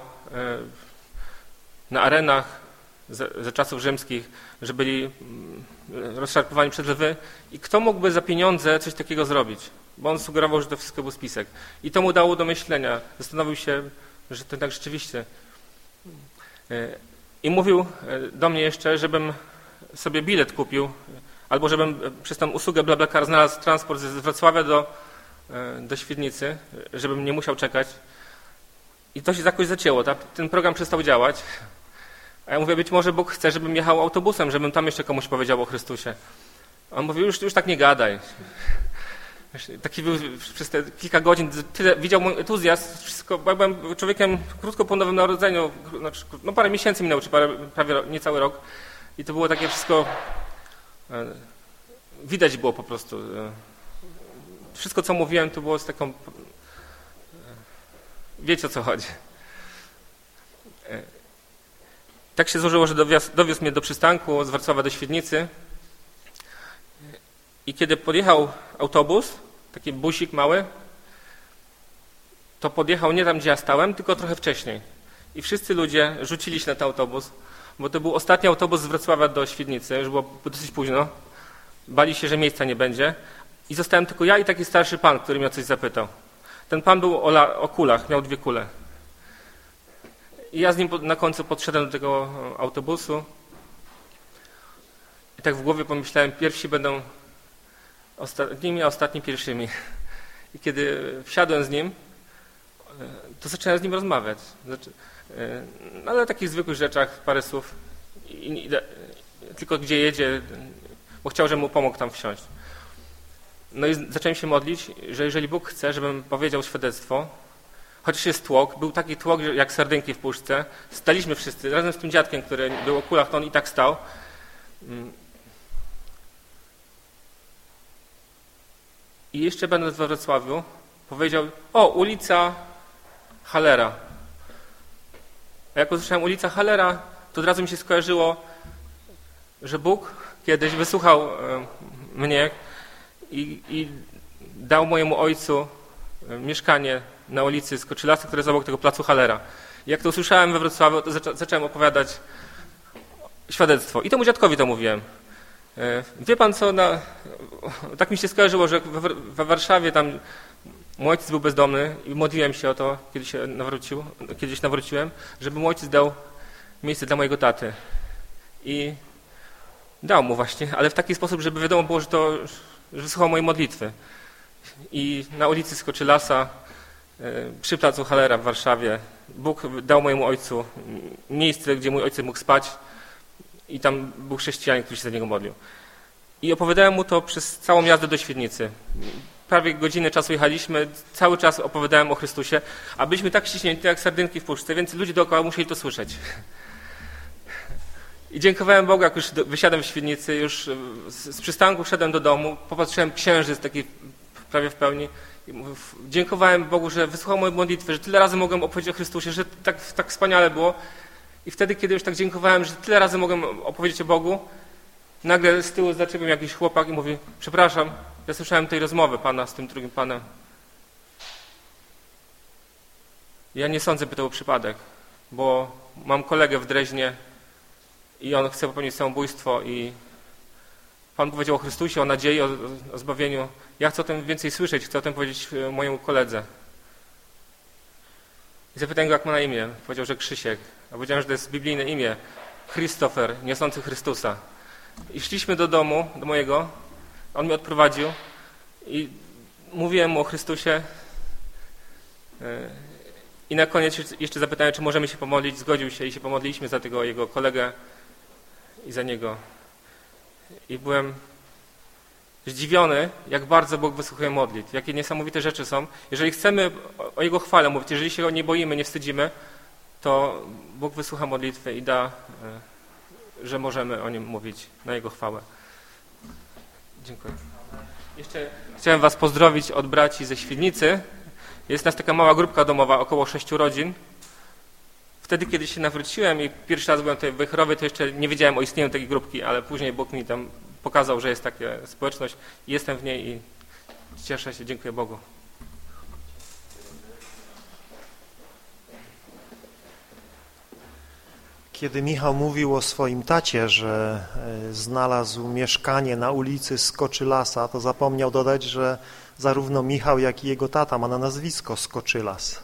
na arenach ze czasów rzymskich, że byli rozszarpywani przez lwy i kto mógłby za pieniądze coś takiego zrobić? Bo on sugerował, że to wszystko był spisek. I to mu dało do myślenia. Zastanowił się, że to tak rzeczywiście. I mówił do mnie jeszcze, żebym sobie bilet kupił, albo żebym przez tą usługę BlaBlaCar znalazł transport z Wrocławia do Świdnicy, żebym nie musiał czekać. I to się jakoś zacięło. Ten program przestał działać. A ja mówię, być może Bóg chce, żebym jechał autobusem, żebym tam jeszcze komuś powiedział o Chrystusie. A on mówi, już tak nie gadaj. Taki był przez te kilka godzin, tyle widział mój entuzjazm, wszystko, bo ja byłem człowiekiem krótko po Nowym Narodzeniu, no parę miesięcy minęło, czy prawie niecały rok. I to było takie wszystko, widać było po prostu. Wszystko, co mówiłem, to było z taką, wiecie, o co chodzi. Tak się złożyło, że dowiózł mnie do przystanku z Wrocławia do Świdnicy i kiedy podjechał autobus, taki busik mały, to podjechał nie tam, gdzie ja stałem, tylko trochę wcześniej. I wszyscy ludzie rzucili się na ten autobus, bo to był ostatni autobus z Wrocławia do Świdnicy, już było dosyć późno. Bali się, że miejsca nie będzie. I zostałem tylko ja i taki starszy pan, który mnie o coś zapytał. Ten pan był o kulach, miał 2 kule. I ja z nim na końcu podszedłem do tego autobusu i tak w głowie pomyślałem, pierwsi będą ostatnimi, a ostatni pierwszymi. I kiedy wsiadłem z nim, to zacząłem z nim rozmawiać. Ale o takich zwykłych rzeczach, parę słów, tylko gdzie jedzie, bo chciał, żebym mu pomógł tam wsiąść. No i zacząłem się modlić, że jeżeli Bóg chce, żebym powiedział świadectwo, chociaż jest tłok, był taki tłok jak sardynki w puszce, staliśmy wszyscy, razem z tym dziadkiem, który był o kulach, to on i tak stał. I jeszcze będąc we Wrocławiu, powiedział, o, ulica Hallera. A jak usłyszałem ulica Hallera, to od razu mi się skojarzyło, że Bóg kiedyś wysłuchał mnie i dał mojemu ojcu mieszkanie na ulicy Skoczylasy, które jest obok tego placu Hallera. I jak to usłyszałem we Wrocławiu, to zacząłem opowiadać świadectwo. I temu dziadkowi to mówiłem. Wie pan co, tak mi się skojarzyło, że we Warszawie tam mój ojciec był bezdomny i modliłem się o to, kiedyś nawróciłem, żeby mój ojciec dał miejsce dla mojego taty. I dał mu właśnie, ale w taki sposób, żeby wiadomo było, że wysłuchał mojej modlitwy. I na ulicy Skoczylasa, przy placu Hallera w Warszawie, Bóg dał mojemu ojcu miejsce, gdzie mój ojciec mógł spać i tam był chrześcijanin, który się za niego modlił. I opowiadałem mu to przez całą jazdę do Świdnicy. Prawie godzinę czasu jechaliśmy, cały czas opowiadałem o Chrystusie, a byliśmy tak ściśnięci jak sardynki w puszce, więc ludzie dookoła musieli to słyszeć. I dziękowałem Bogu, jak już wysiadłem w Świdnicy, już z przystanku szedłem do domu, popatrzyłem księżyc taki prawie w pełni Dziękowałem Bogu, że wysłuchał mojej modlitwy, że tyle razy mogłem opowiedzieć o Chrystusie, że tak wspaniale było. I wtedy, kiedy już tak dziękowałem, że tyle razy mogłem opowiedzieć o Bogu, nagle z tyłu zaczepił jakiś chłopak i mówi: przepraszam, ja słyszałem tej rozmowy pana z tym drugim panem. Ja nie sądzę, by to był przypadek, bo mam kolegę w Dreźnie i on chce popełnić samobójstwo i Pan powiedział o Chrystusie, o nadziei, o zbawieniu. Ja chcę o tym więcej słyszeć, chcę o tym powiedzieć mojemu koledze. I zapytałem go, jak ma na imię. Powiedział, że Krzysiek. A powiedziałem, że to jest biblijne imię. Christopher, niosący Chrystusa. I szliśmy do domu, do mojego. On mnie odprowadził i mówiłem mu o Chrystusie. I na koniec jeszcze zapytałem, czy możemy się pomodlić. Zgodził się i się pomodliliśmy za tego jego kolegę i za niego. I byłem zdziwiony, jak bardzo Bóg wysłuchuje modlitw, jakie niesamowite rzeczy są. Jeżeli chcemy o Jego chwale mówić, jeżeli się go nie boimy, nie wstydzimy, to Bóg wysłucha modlitwy i da, że możemy o Nim mówić na Jego chwałę. Dziękuję. Jeszcze chciałem was pozdrowić od braci ze Świdnicy. Jest nas taka mała grupka domowa, około 6 rodzin. Wtedy, kiedy się nawróciłem i pierwszy raz byłem tutaj w Wejherowie, to jeszcze nie wiedziałem o istnieniu takiej grupki, ale później Bóg mi tam pokazał, że jest taka społeczność i jestem w niej i cieszę się, dziękuję Bogu. Kiedy Michał mówił o swoim tacie, że znalazł mieszkanie na ulicy Skoczylasa, to zapomniał dodać, że zarówno Michał, jak i jego tata ma na nazwisko Skoczylas.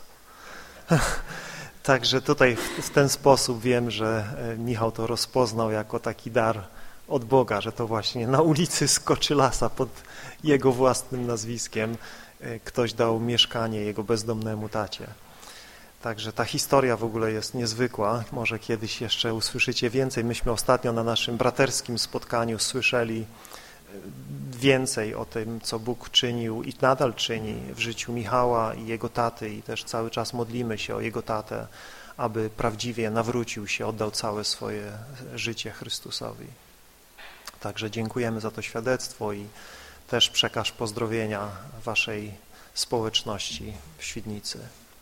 Także tutaj w ten sposób wiem, że Michał to rozpoznał jako taki dar od Boga, że to właśnie na ulicy Skoczylasa pod jego własnym nazwiskiem ktoś dał mieszkanie jego bezdomnemu tacie. Także ta historia w ogóle jest niezwykła. Może kiedyś jeszcze usłyszycie więcej. Myśmy ostatnio na naszym braterskim spotkaniu słyszeli więcej o tym, co Bóg czynił i nadal czyni w życiu Michała i jego taty i też cały czas modlimy się o jego tatę, aby prawdziwie nawrócił się, oddał całe swoje życie Chrystusowi. Także dziękujemy za to świadectwo i też przekaż pozdrowienia waszej społeczności w Świdnicy.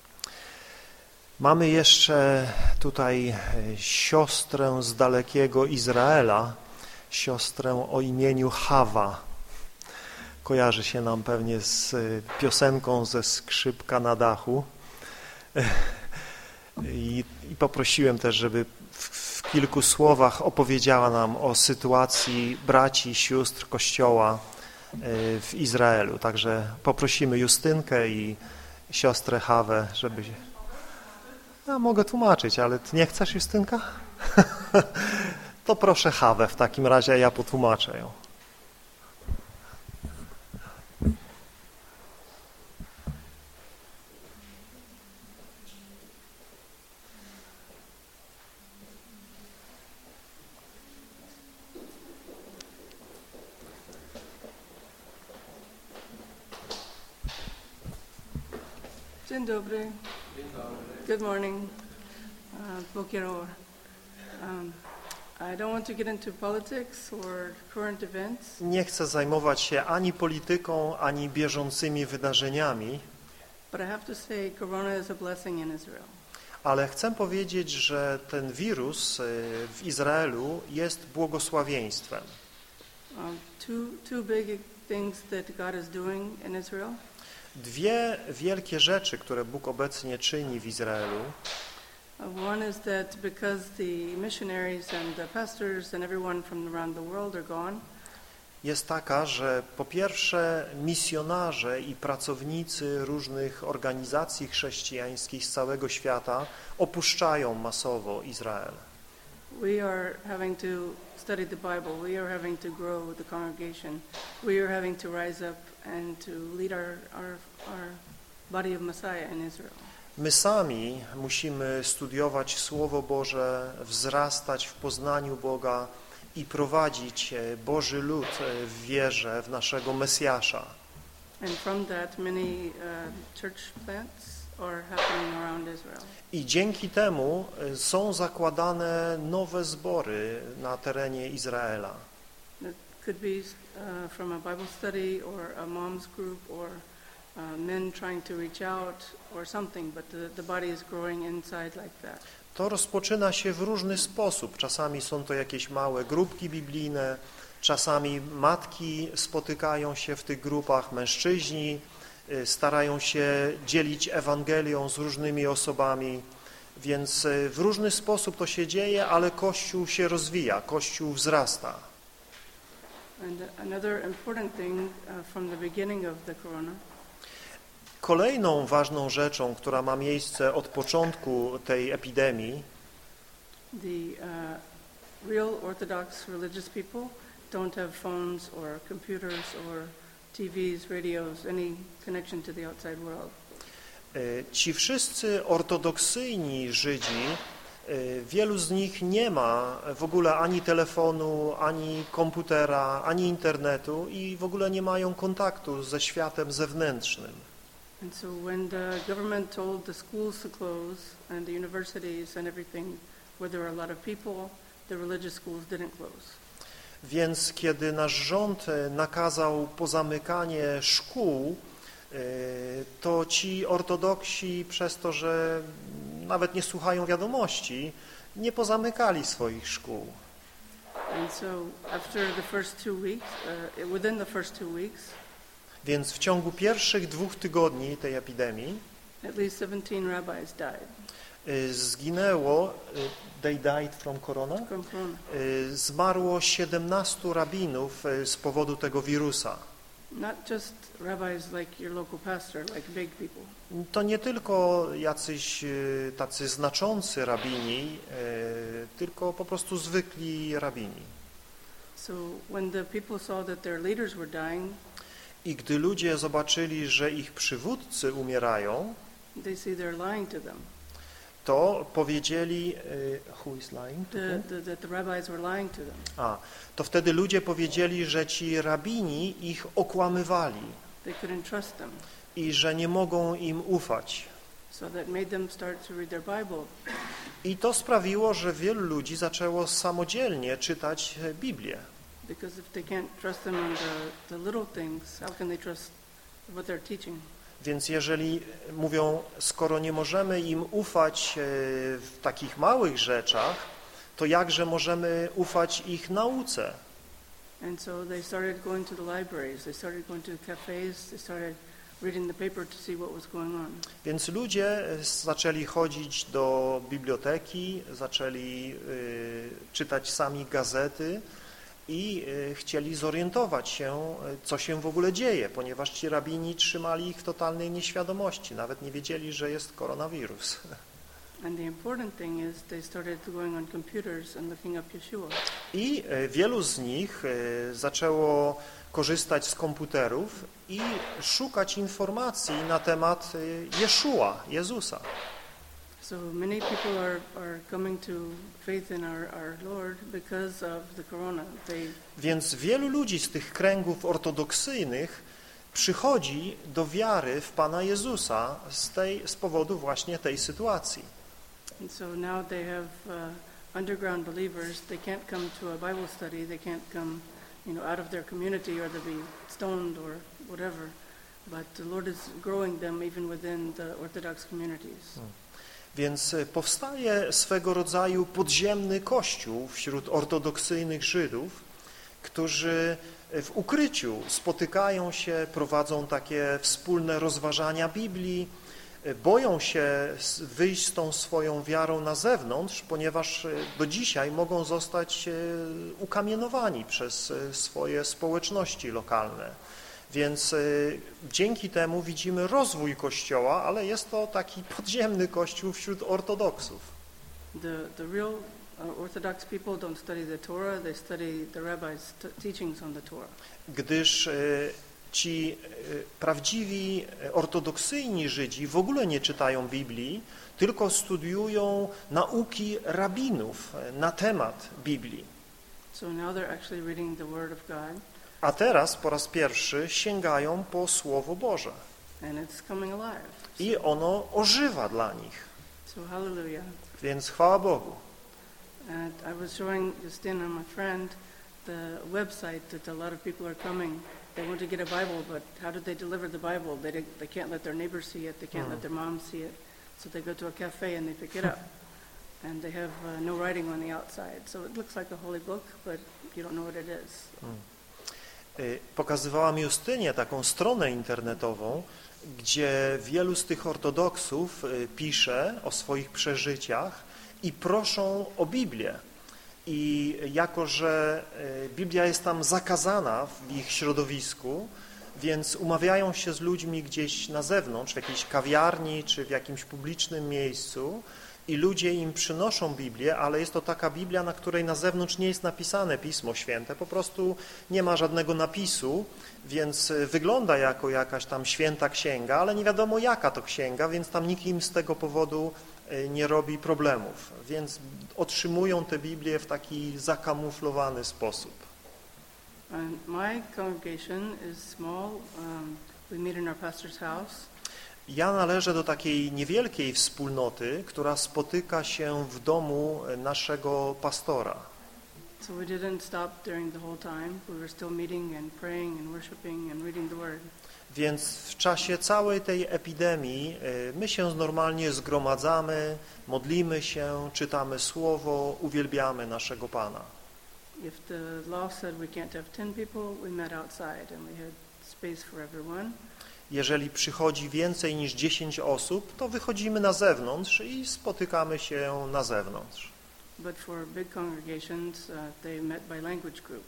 Mamy jeszcze tutaj siostrę z dalekiego Izraela, siostrę o imieniu Hawa. Kojarzy się nam pewnie z piosenką ze Skrzypka na dachu. I poprosiłem też, żeby w kilku słowach opowiedziała nam o sytuacji braci i sióstr Kościoła w Izraelu. Także poprosimy Justynkę i siostrę Hawę, żeby... Ja mogę tłumaczyć, ale ty nie chcesz, Justynka? To proszę Hawę w takim razie, a ja potłumaczę ją. Dzień dobry. Good morning. Boker or. I don't want to get into politics or current events. Nie chcę zajmować się ani polityką, ani bieżącymi wydarzeniami. But I have to say corona is a blessing in Israel. Ale chcę powiedzieć, że ten wirus w Izraelu jest błogosławieństwem. Two big things that God is doing in Israel. Dwie wielkie rzeczy, które Bóg obecnie czyni w Izraelu. One is that because the missionaries and the pastors and everyone from around the world are gone. Jest taka, że po pierwsze misjonarze i pracownicy różnych organizacji chrześcijańskich z całego świata opuszczają masowo Izrael. We are having to study the Bible. We are having to grow the congregation. We are having to rise up and to lead our body of Messiah in Israel. My sami musimy studiować Słowo Boże, wzrastać w poznaniu Boga i prowadzić Boży lud w wierze w naszego Mesjasza. And from that many church plants are happening around Israel. I dzięki temu są zakładane nowe zbory na terenie Izraela. It could be from a Bible study or a mom's group or men trying to reach out or something, but the body is growing inside like that. To rozpoczyna się w różny sposób. Czasami są to jakieś małe grupki biblijne, czasami matki spotykają się w tych grupach, mężczyźni starają się dzielić Ewangelią z różnymi osobami, więc w różny sposób to się dzieje, ale Kościół się rozwija, Kościół wzrasta. And another important thing from the beginning of the corona Kolejną ważną rzeczą, która ma miejsce od początku tej epidemii, the real Orthodox religious people don't have phones or computers or TVs, radios, any connection to the outside world. ci wszyscy ortodoksyjni Żydzi, wielu z nich nie ma w ogóle ani telefonu, ani komputera, ani internetu i w ogóle nie mają kontaktu ze światem zewnętrznym. And so when the government told the schools to close and the universities and everything where there were a lot of people, the religious schools didn't close. Więc kiedy nasz rząd nakazał pozamykanie szkół, to ci ortodoksi przez to, że nawet nie słuchają wiadomości, nie pozamykali swoich szkół. And so after the first 2 weeks, within the first 2 weeks, Więc w ciągu pierwszych 2 tygodni tej epidemii at least 17 rabbis died zginęło, they died from corona, from corona. zmarło 17 rabinów z powodu tego wirusa. Not just rabbis like your local pastor, like big people. To nie tylko jacyś tacy znaczący rabini, tylko po prostu zwykli rabini. So when the people saw that their leaders were dying, I gdy ludzie zobaczyli, że ich przywódcy umierają, they see they're lying to them. to powiedzieli, who is lying to whom? That the rabbis were lying to them. To wtedy ludzie powiedzieli, że ci rabini ich okłamywali They couldn't trust them. i że nie mogą im ufać. So that made them start to read their Bible. I to sprawiło, że wielu ludzi zaczęło samodzielnie czytać Biblię. Because if they can't trust them on the little things, how can they trust what they're teaching? Więc jeżeli mówią, skoro nie możemy im ufać w takich małych rzeczach, to jakże możemy ufać ich nauce? And so they started going to the libraries, they started going to the cafes, they started reading the paper to see what was going on. Więc ludzie zaczęli chodzić do biblioteki, zaczęli czytać sami gazety i chcieli zorientować się, co się w ogóle dzieje, ponieważ ci rabini trzymali ich w totalnej nieświadomości, nawet nie wiedzieli, że jest koronawirus. And the important thing is they started going on computers and looking up Yeshua. I wielu z nich zaczęło korzystać z komputerów i szukać informacji na temat Jeszua, Jezusa. So many people are coming to faith in our Lord because of the corona. Więc wielu ludzi z tych kręgów ortodoksyjnych przychodzi do wiary w Pana Jezusa z powodu właśnie tej sytuacji. And so now they have underground believers. They can't come to a Bible study. They can't come, out of their community, or they'll be stoned or whatever. But the Lord is growing them even within the Orthodox communities. Więc powstaje swego rodzaju podziemny kościół wśród ortodoksyjnych Żydów, którzy w ukryciu spotykają się, prowadzą takie wspólne rozważania Biblii, boją się wyjść z tą swoją wiarą na zewnątrz, ponieważ do dzisiaj mogą zostać ukamienowani przez swoje społeczności lokalne. Więc dzięki temu widzimy rozwój Kościoła, ale jest to taki podziemny Kościół wśród ortodoksów. The real Orthodox people don't study the Torah, they study the rabbis' teachings on the Torah. Gdyż ci prawdziwi ortodoksyjni Żydzi w ogóle nie czytają Biblii, tylko studiują nauki rabinów na temat Biblii. So now they're actually reading the Word of God. A teraz po raz pierwszy sięgają po Słowo Boże. And it's coming alive. I ono ożywa dla nich. So hallelujah. Więc chwała Bogu. And I was showing Justin and my friend the website that a lot of people are coming they want to get a Bible, but how do they deliver the Bible? They can't let their neighbors see it. They can't let their mom see it. So they go to a cafe and they pick it up. And they have no writing on the outside. So it looks like a holy book, but you don't know what it is. Pokazywałam Justynie taką stronę internetową, gdzie wielu z tych ortodoksów pisze o swoich przeżyciach i proszą o Biblię. I jako, że Biblia jest tam zakazana w ich środowisku, więc umawiają się z ludźmi gdzieś na zewnątrz, w jakiejś kawiarni czy w jakimś publicznym miejscu i ludzie im przynoszą Biblię, ale jest to taka Biblia, na której na zewnątrz nie jest napisane Pismo Święte, po prostu nie ma żadnego napisu, więc wygląda jako jakaś tam święta księga, ale nie wiadomo jaka to księga, więc tam nikt im z tego powodu nie robi problemów, więc otrzymują tę Biblię w taki zakamuflowany sposób. And my congregation is small. We meet in our pastor's house. Ja należę do takiej niewielkiej wspólnoty, która spotyka się w domu naszego pastora. So we didn't stop during the whole time. We were still meeting and praying and worshiping and reading the Word. Więc w czasie całej tej epidemii my się normalnie zgromadzamy, modlimy się, czytamy Słowo, uwielbiamy naszego Pana. If the law said we can't have 10 people, we met outside and we had space for everyone. Jeżeli przychodzi więcej niż 10 osób, to wychodzimy na zewnątrz i spotykamy się na zewnątrz. But for big congregations, they met by language group.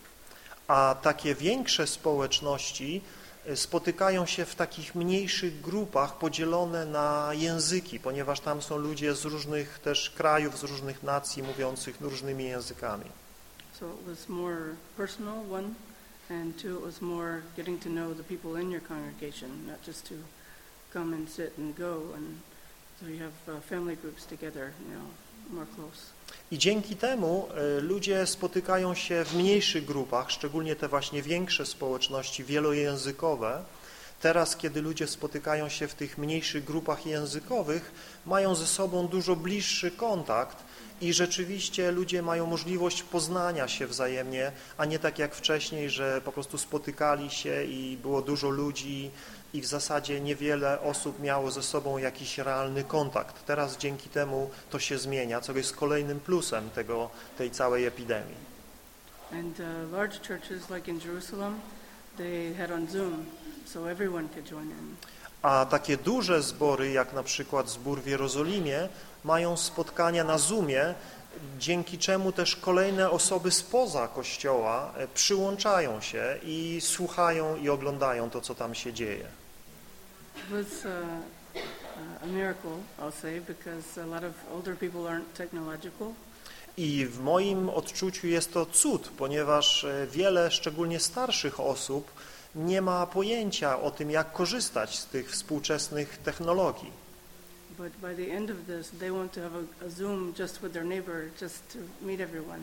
A takie większe społeczności spotykają się w takich mniejszych grupach podzielone na języki, ponieważ tam są ludzie z różnych też krajów, z różnych nacji mówiących różnymi językami. So it was more personal, one, and two, it was more getting to know the people in your congregation, not just to come and sit and go, and so you have family groups together, more close. I dzięki temu ludzie spotykają się w mniejszych grupach, szczególnie te właśnie większe społeczności wielojęzykowe. Teraz, kiedy ludzie spotykają się w tych mniejszych grupach językowych, mają ze sobą dużo bliższy kontakt i rzeczywiście ludzie mają możliwość poznania się wzajemnie, a nie tak jak wcześniej, że po prostu spotykali się i było dużo ludzi i w zasadzie niewiele osób miało ze sobą jakiś realny kontakt. Teraz dzięki temu to się zmienia, co jest kolejnym plusem tej całej epidemii. And large churches like in Jerusalem, they had on Zoom, so everyone could join in. A takie duże zbory, jak na przykład zbór w Jerozolimie, mają spotkania na Zoomie, dzięki czemu też kolejne osoby spoza Kościoła przyłączają się i słuchają i oglądają to, co tam się dzieje. It was a miracle, I'll say, because a lot of older people aren't technological. I w moim odczuciu jest to cud, ponieważ wiele, szczególnie starszych osób, nie ma pojęcia o tym, jak korzystać z tych współczesnych technologii. But by the end of this, they want to have a Zoom just with their neighbor, just to meet everyone.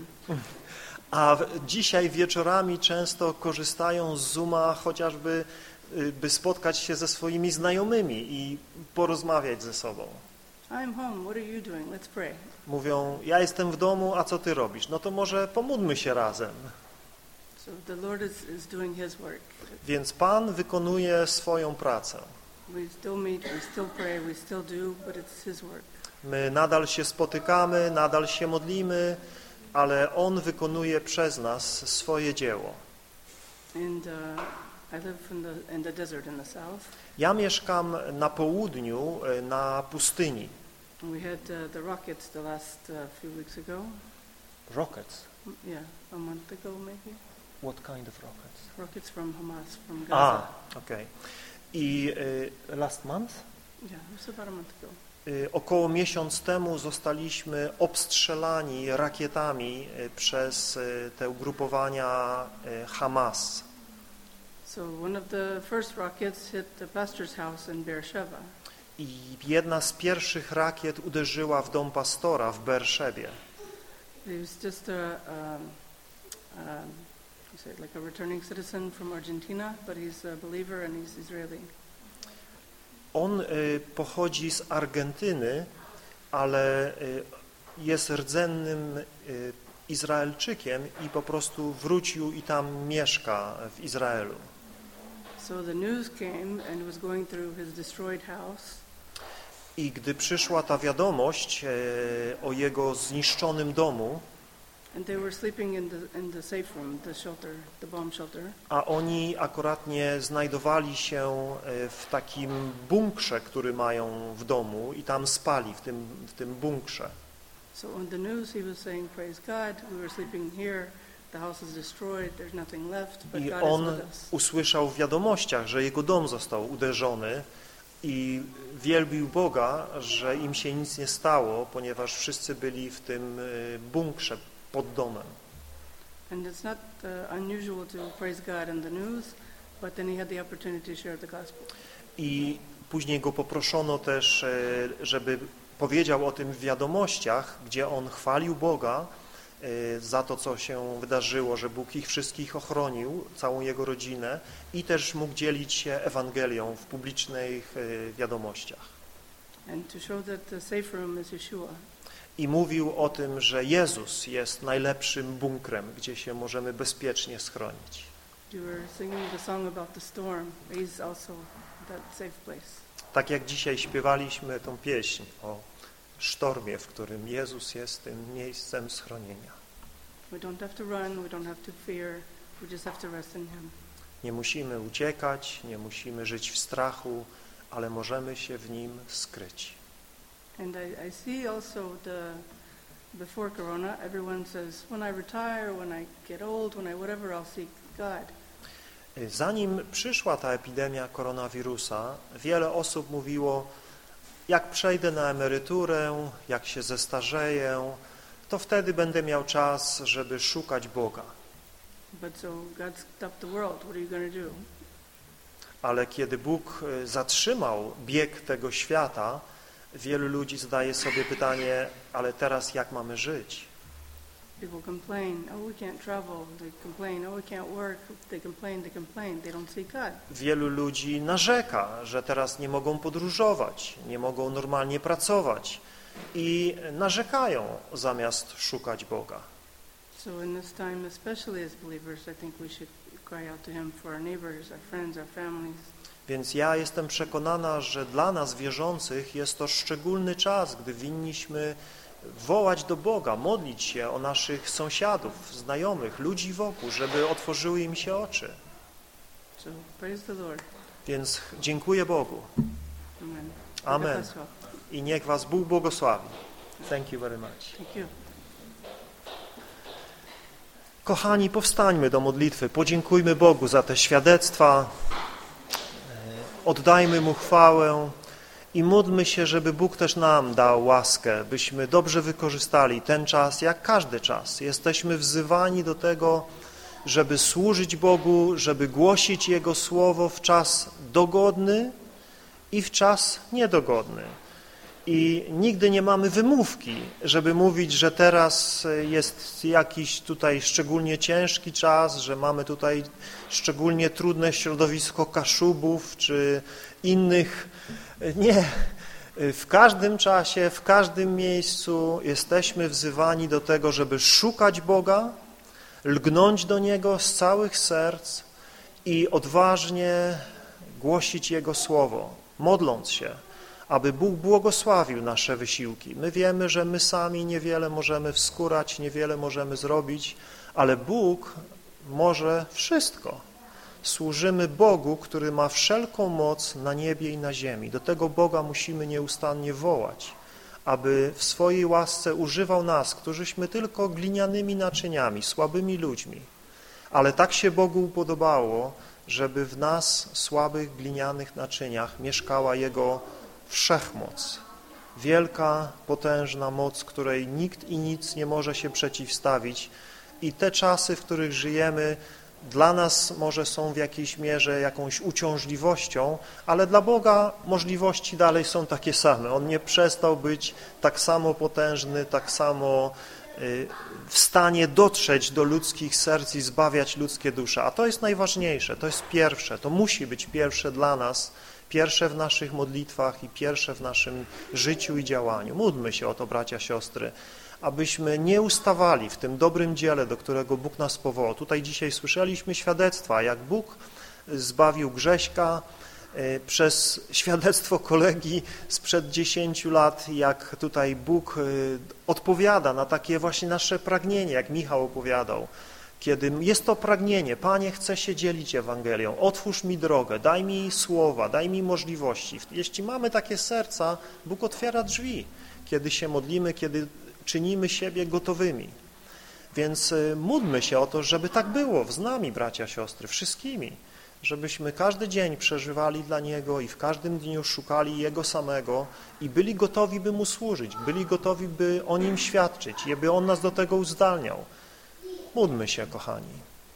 A dzisiaj wieczorami często korzystają z Zooma chociażby, by spotkać się ze swoimi znajomymi i porozmawiać ze sobą. I'm home, what are you doing? Let's pray. Mówią, ja jestem w domu, a co ty robisz? No to może pomódlmy się razem. So the Lord is doing His work. Więc Pan wykonuje swoją pracę. We still meet, we still pray, we still do, but it's His work. My nadal się spotykamy, nadal się modlimy, ale On wykonuje przez nas swoje dzieło. And I live in the desert in the south. Ja mieszkam na południu, na pustyni. We had the rockets the last few weeks ago. Rockets? Yeah, a month ago maybe. What kind of rockets? Rockets from Hamas, from Gaza. Okej. I last month? Yeah, it was about a month ago. Około miesiąc temu zostaliśmy obstrzelani rakietami przez te ugrupowania Hamas. So one of the first rockets hit the pastor's house in Beersheba. I jedna z pierwszych rakiet uderzyła w dom pastora w Berszewie. He was just like a returning citizen from Argentina, but he's a believer and he's Israeli. On pochodzi z Argentyny, ale jest rdzennym Izraelczykiem i po prostu wrócił i tam mieszka w Izraelu. So the news came and was going through his destroyed house. I gdy przyszła ta wiadomość o jego zniszczonym domu, And they were sleeping in the safe room, the shelter, the bomb shelter. a oni akuratnie znajdowali się w takim bunkrze, który mają w domu i tam spali w tym bunkrze. So on the news he was saying, praise God, we were sleeping here, the house is destroyed, there's nothing left, but I God on is with us. usłyszał w wiadomościach, że jego dom został uderzony i wielbił Boga, że im się nic nie stało, ponieważ wszyscy byli w tym bunkrze pod domem. And it's not unusual to praise God in the news, but then he had the opportunity to share the gospel. I później go poproszono też, żeby powiedział o tym w wiadomościach, gdzie on chwalił Boga za to, co się wydarzyło, że Bóg ich wszystkich ochronił, całą jego rodzinę i też mógł dzielić się Ewangelią w publicznych wiadomościach. And to show that the safe room is Yeshua. I mówił o tym, że Jezus jest najlepszym bunkrem, gdzie się możemy bezpiecznie schronić. You were singing the song about the storm. He's also that safe place. Tak jak dzisiaj śpiewaliśmy tą pieśń o sztormie, w którym Jezus jest tym miejscem schronienia. We don't have to run, we don't have to fear, we just have to rest in Him. Nie musimy uciekać, nie musimy żyć w strachu, ale możemy się w Nim skryć. And I see also before Corona, everyone says, when I retire, when I get old, when I whatever, I'll seek God. Zanim przyszła ta epidemia koronawirusa, wiele osób mówiło, jak przejdę na emeryturę, jak się zestarzeję, to wtedy będę miał czas, żeby szukać Boga. But so God stopped the world. What are you going to do? Ale kiedy Bóg zatrzymał bieg tego świata, wielu ludzi zadaje sobie pytanie, ale teraz jak mamy żyć? People complain, oh, we can't travel. They complain, oh, we can't work. They complain. They don't see God. Wielu ludzi narzeka, że teraz nie mogą podróżować, nie mogą normalnie pracować i narzekają zamiast szukać Boga. So in this time, especially as believers, I think we should cry out to Him for our neighbors, our friends, our families. Więc ja jestem przekonana, że dla nas wierzących jest to szczególny czas, gdy winniśmy wołać do Boga, modlić się o naszych sąsiadów, znajomych, ludzi wokół, żeby otworzyły im się oczy. So praise the Lord. Więc dziękuję Bogu. Amen. Amen. I niech was Bóg błogosławi. Thank you very much. Thank you. Kochani, powstańmy do modlitwy, podziękujmy Bogu za te świadectwa, oddajmy Mu chwałę i módlmy się, żeby Bóg też nam dał łaskę, byśmy dobrze wykorzystali ten czas, jak każdy czas. Jesteśmy wzywani do tego, żeby służyć Bogu, żeby głosić Jego Słowo w czas dogodny i w czas niedogodny. I nigdy nie mamy wymówki, żeby mówić, że teraz jest jakiś tutaj szczególnie ciężki czas, że mamy tutaj szczególnie trudne środowisko Kaszubów czy innych. Nie. W każdym czasie, w każdym miejscu jesteśmy wzywani do tego, żeby szukać Boga, lgnąć do Niego z całych serc i odważnie głosić Jego Słowo, modląc się, aby Bóg błogosławił nasze wysiłki. My wiemy, że my sami niewiele możemy wskórać, niewiele możemy zrobić, ale Bóg może wszystko. Służymy Bogu, który ma wszelką moc na niebie i na ziemi. Do tego Boga musimy nieustannie wołać, aby w swojej łasce używał nas, którzyśmy tylko glinianymi naczyniami, słabymi ludźmi. Ale tak się Bogu upodobało, żeby w nas, słabych, glinianych naczyniach, mieszkała Jego wszechmoc. Wielka, potężna moc, której nikt i nic nie może się przeciwstawić. I te czasy, w których żyjemy, dla nas może są w jakiejś mierze jakąś uciążliwością, ale dla Boga możliwości dalej są takie same. On nie przestał być tak samo potężny, tak samo w stanie dotrzeć do ludzkich serc i zbawiać ludzkie dusze. A to jest najważniejsze, to jest pierwsze, to musi być pierwsze dla nas, pierwsze w naszych modlitwach i pierwsze w naszym życiu i działaniu. Módlmy się o to, bracia, siostry, abyśmy nie ustawali w tym dobrym dziele, do którego Bóg nas powołał. Tutaj dzisiaj słyszeliśmy świadectwa, jak Bóg zbawił Grześka, przez świadectwo kolegi sprzed 10 lat, jak tutaj Bóg odpowiada na takie właśnie nasze pragnienie, jak Michał opowiadał. Kiedy jest to pragnienie, Panie, chcę się dzielić Ewangelią, otwórz mi drogę, daj mi słowa, daj mi możliwości. Jeśli mamy takie serca, Bóg otwiera drzwi, kiedy się modlimy, kiedy czynimy siebie gotowymi. Więc módlmy się o to, żeby tak było z nami, bracia, siostry, wszystkimi, żebyśmy każdy dzień przeżywali dla Niego i w każdym dniu szukali Jego samego i byli gotowi, by Mu służyć, byli gotowi, by o Nim świadczyć i by On nas do tego uzdalniał. Módlmy się, kochani.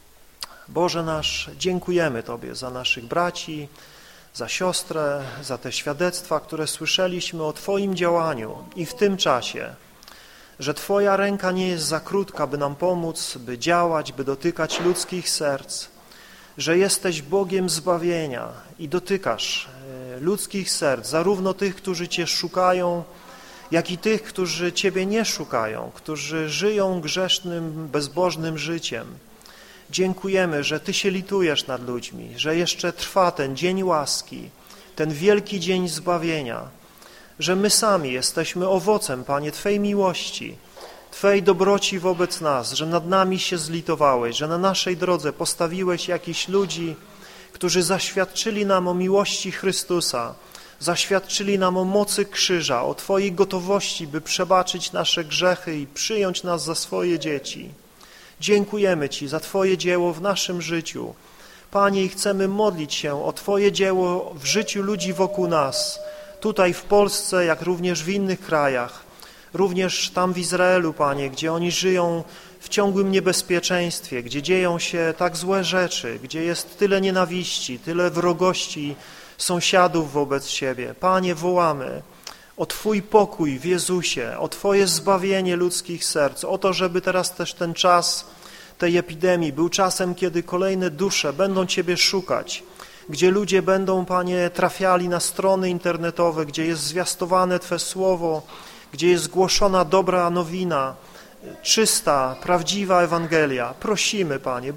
Boże nasz, dziękujemy Tobie za naszych braci, za siostrę, za te świadectwa, które słyszeliśmy o Twoim działaniu i w tym czasie, że Twoja ręka nie jest za krótka, by nam pomóc, by działać, by dotykać ludzkich serc, że jesteś Bogiem zbawienia i dotykasz ludzkich serc, zarówno tych, którzy Cię szukają, jak i tych, którzy Ciebie nie szukają, którzy żyją grzesznym, bezbożnym życiem. Dziękujemy, że Ty się litujesz nad ludźmi, że jeszcze trwa ten dzień łaski, ten wielki dzień zbawienia, że my sami jesteśmy owocem, Panie, Twej miłości, Twej dobroci wobec nas, że nad nami się zlitowałeś, że na naszej drodze postawiłeś jakichś ludzi, którzy zaświadczyli nam o miłości Chrystusa, zaświadczyli nam o mocy krzyża, o Twojej gotowości, by przebaczyć nasze grzechy i przyjąć nas za swoje dzieci. Dziękujemy Ci za Twoje dzieło w naszym życiu. Panie, i chcemy modlić się o Twoje dzieło w życiu ludzi wokół nas, tutaj w Polsce, jak również w innych krajach, również tam w Izraelu, Panie, gdzie oni żyją w ciągłym niebezpieczeństwie, gdzie dzieją się tak złe rzeczy, gdzie jest tyle nienawiści, tyle wrogości sąsiadów wobec siebie. Panie, wołamy o Twój pokój w Jezusie, o Twoje zbawienie ludzkich serc, o to, żeby teraz też ten czas tej epidemii był czasem, kiedy kolejne dusze będą Ciebie szukać, gdzie ludzie będą, Panie, trafiali na strony internetowe, gdzie jest zwiastowane Twe słowo, gdzie jest głoszona dobra nowina, czysta, prawdziwa Ewangelia. Prosimy, Panie,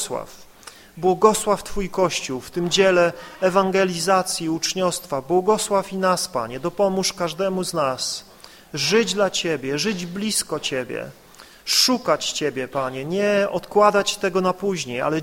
błogosław Twój Kościół w tym dziele ewangelizacji, uczniostwa. Błogosław i nas, Panie, dopomóż każdemu z nas żyć dla Ciebie, żyć blisko Ciebie, szukać Ciebie, Panie, nie odkładać tego na później, ale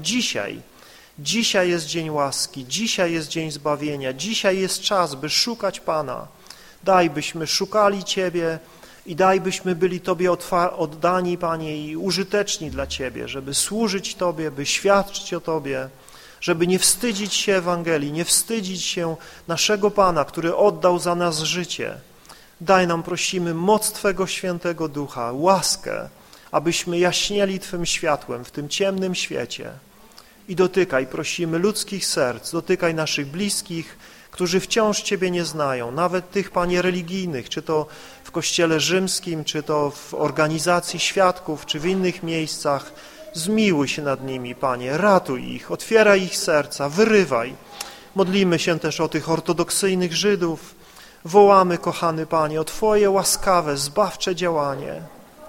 dzisiaj jest dzień łaski, dzisiaj jest dzień zbawienia, dzisiaj jest czas, by szukać Pana. Daj, byśmy szukali Ciebie i daj, byśmy byli Tobie oddani, Panie, i użyteczni dla Ciebie, żeby służyć Tobie, by świadczyć o Tobie, żeby nie wstydzić się Ewangelii, nie wstydzić się naszego Pana, który oddał za nas życie. Daj nam, prosimy, moc Twego Świętego Ducha, łaskę, abyśmy jaśnieli Twym światłem w tym ciemnym świecie. I dotykaj, prosimy, ludzkich serc, dotykaj naszych bliskich, którzy wciąż Ciebie nie znają, nawet tych, Panie, religijnych, czy to w Kościele Rzymskim, czy to w organizacji świadków, czy w innych miejscach. Zmiłuj się nad nimi, Panie, ratuj ich, otwieraj ich serca, wyrywaj. Modlimy się też o tych ortodoksyjnych Żydów. Wołamy, kochany Panie, o Twoje łaskawe, zbawcze działanie.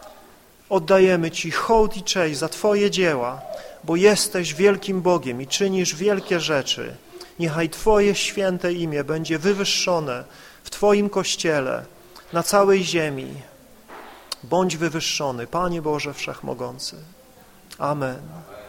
Oddajemy Ci hołd i cześć za Twoje dzieła, bo jesteś wielkim Bogiem i czynisz wielkie rzeczy. Niechaj Twoje święte imię będzie wywyższone w Twoim Kościele, na całej ziemi. Bądź wywyższony, Panie Boże Wszechmogący. Amen.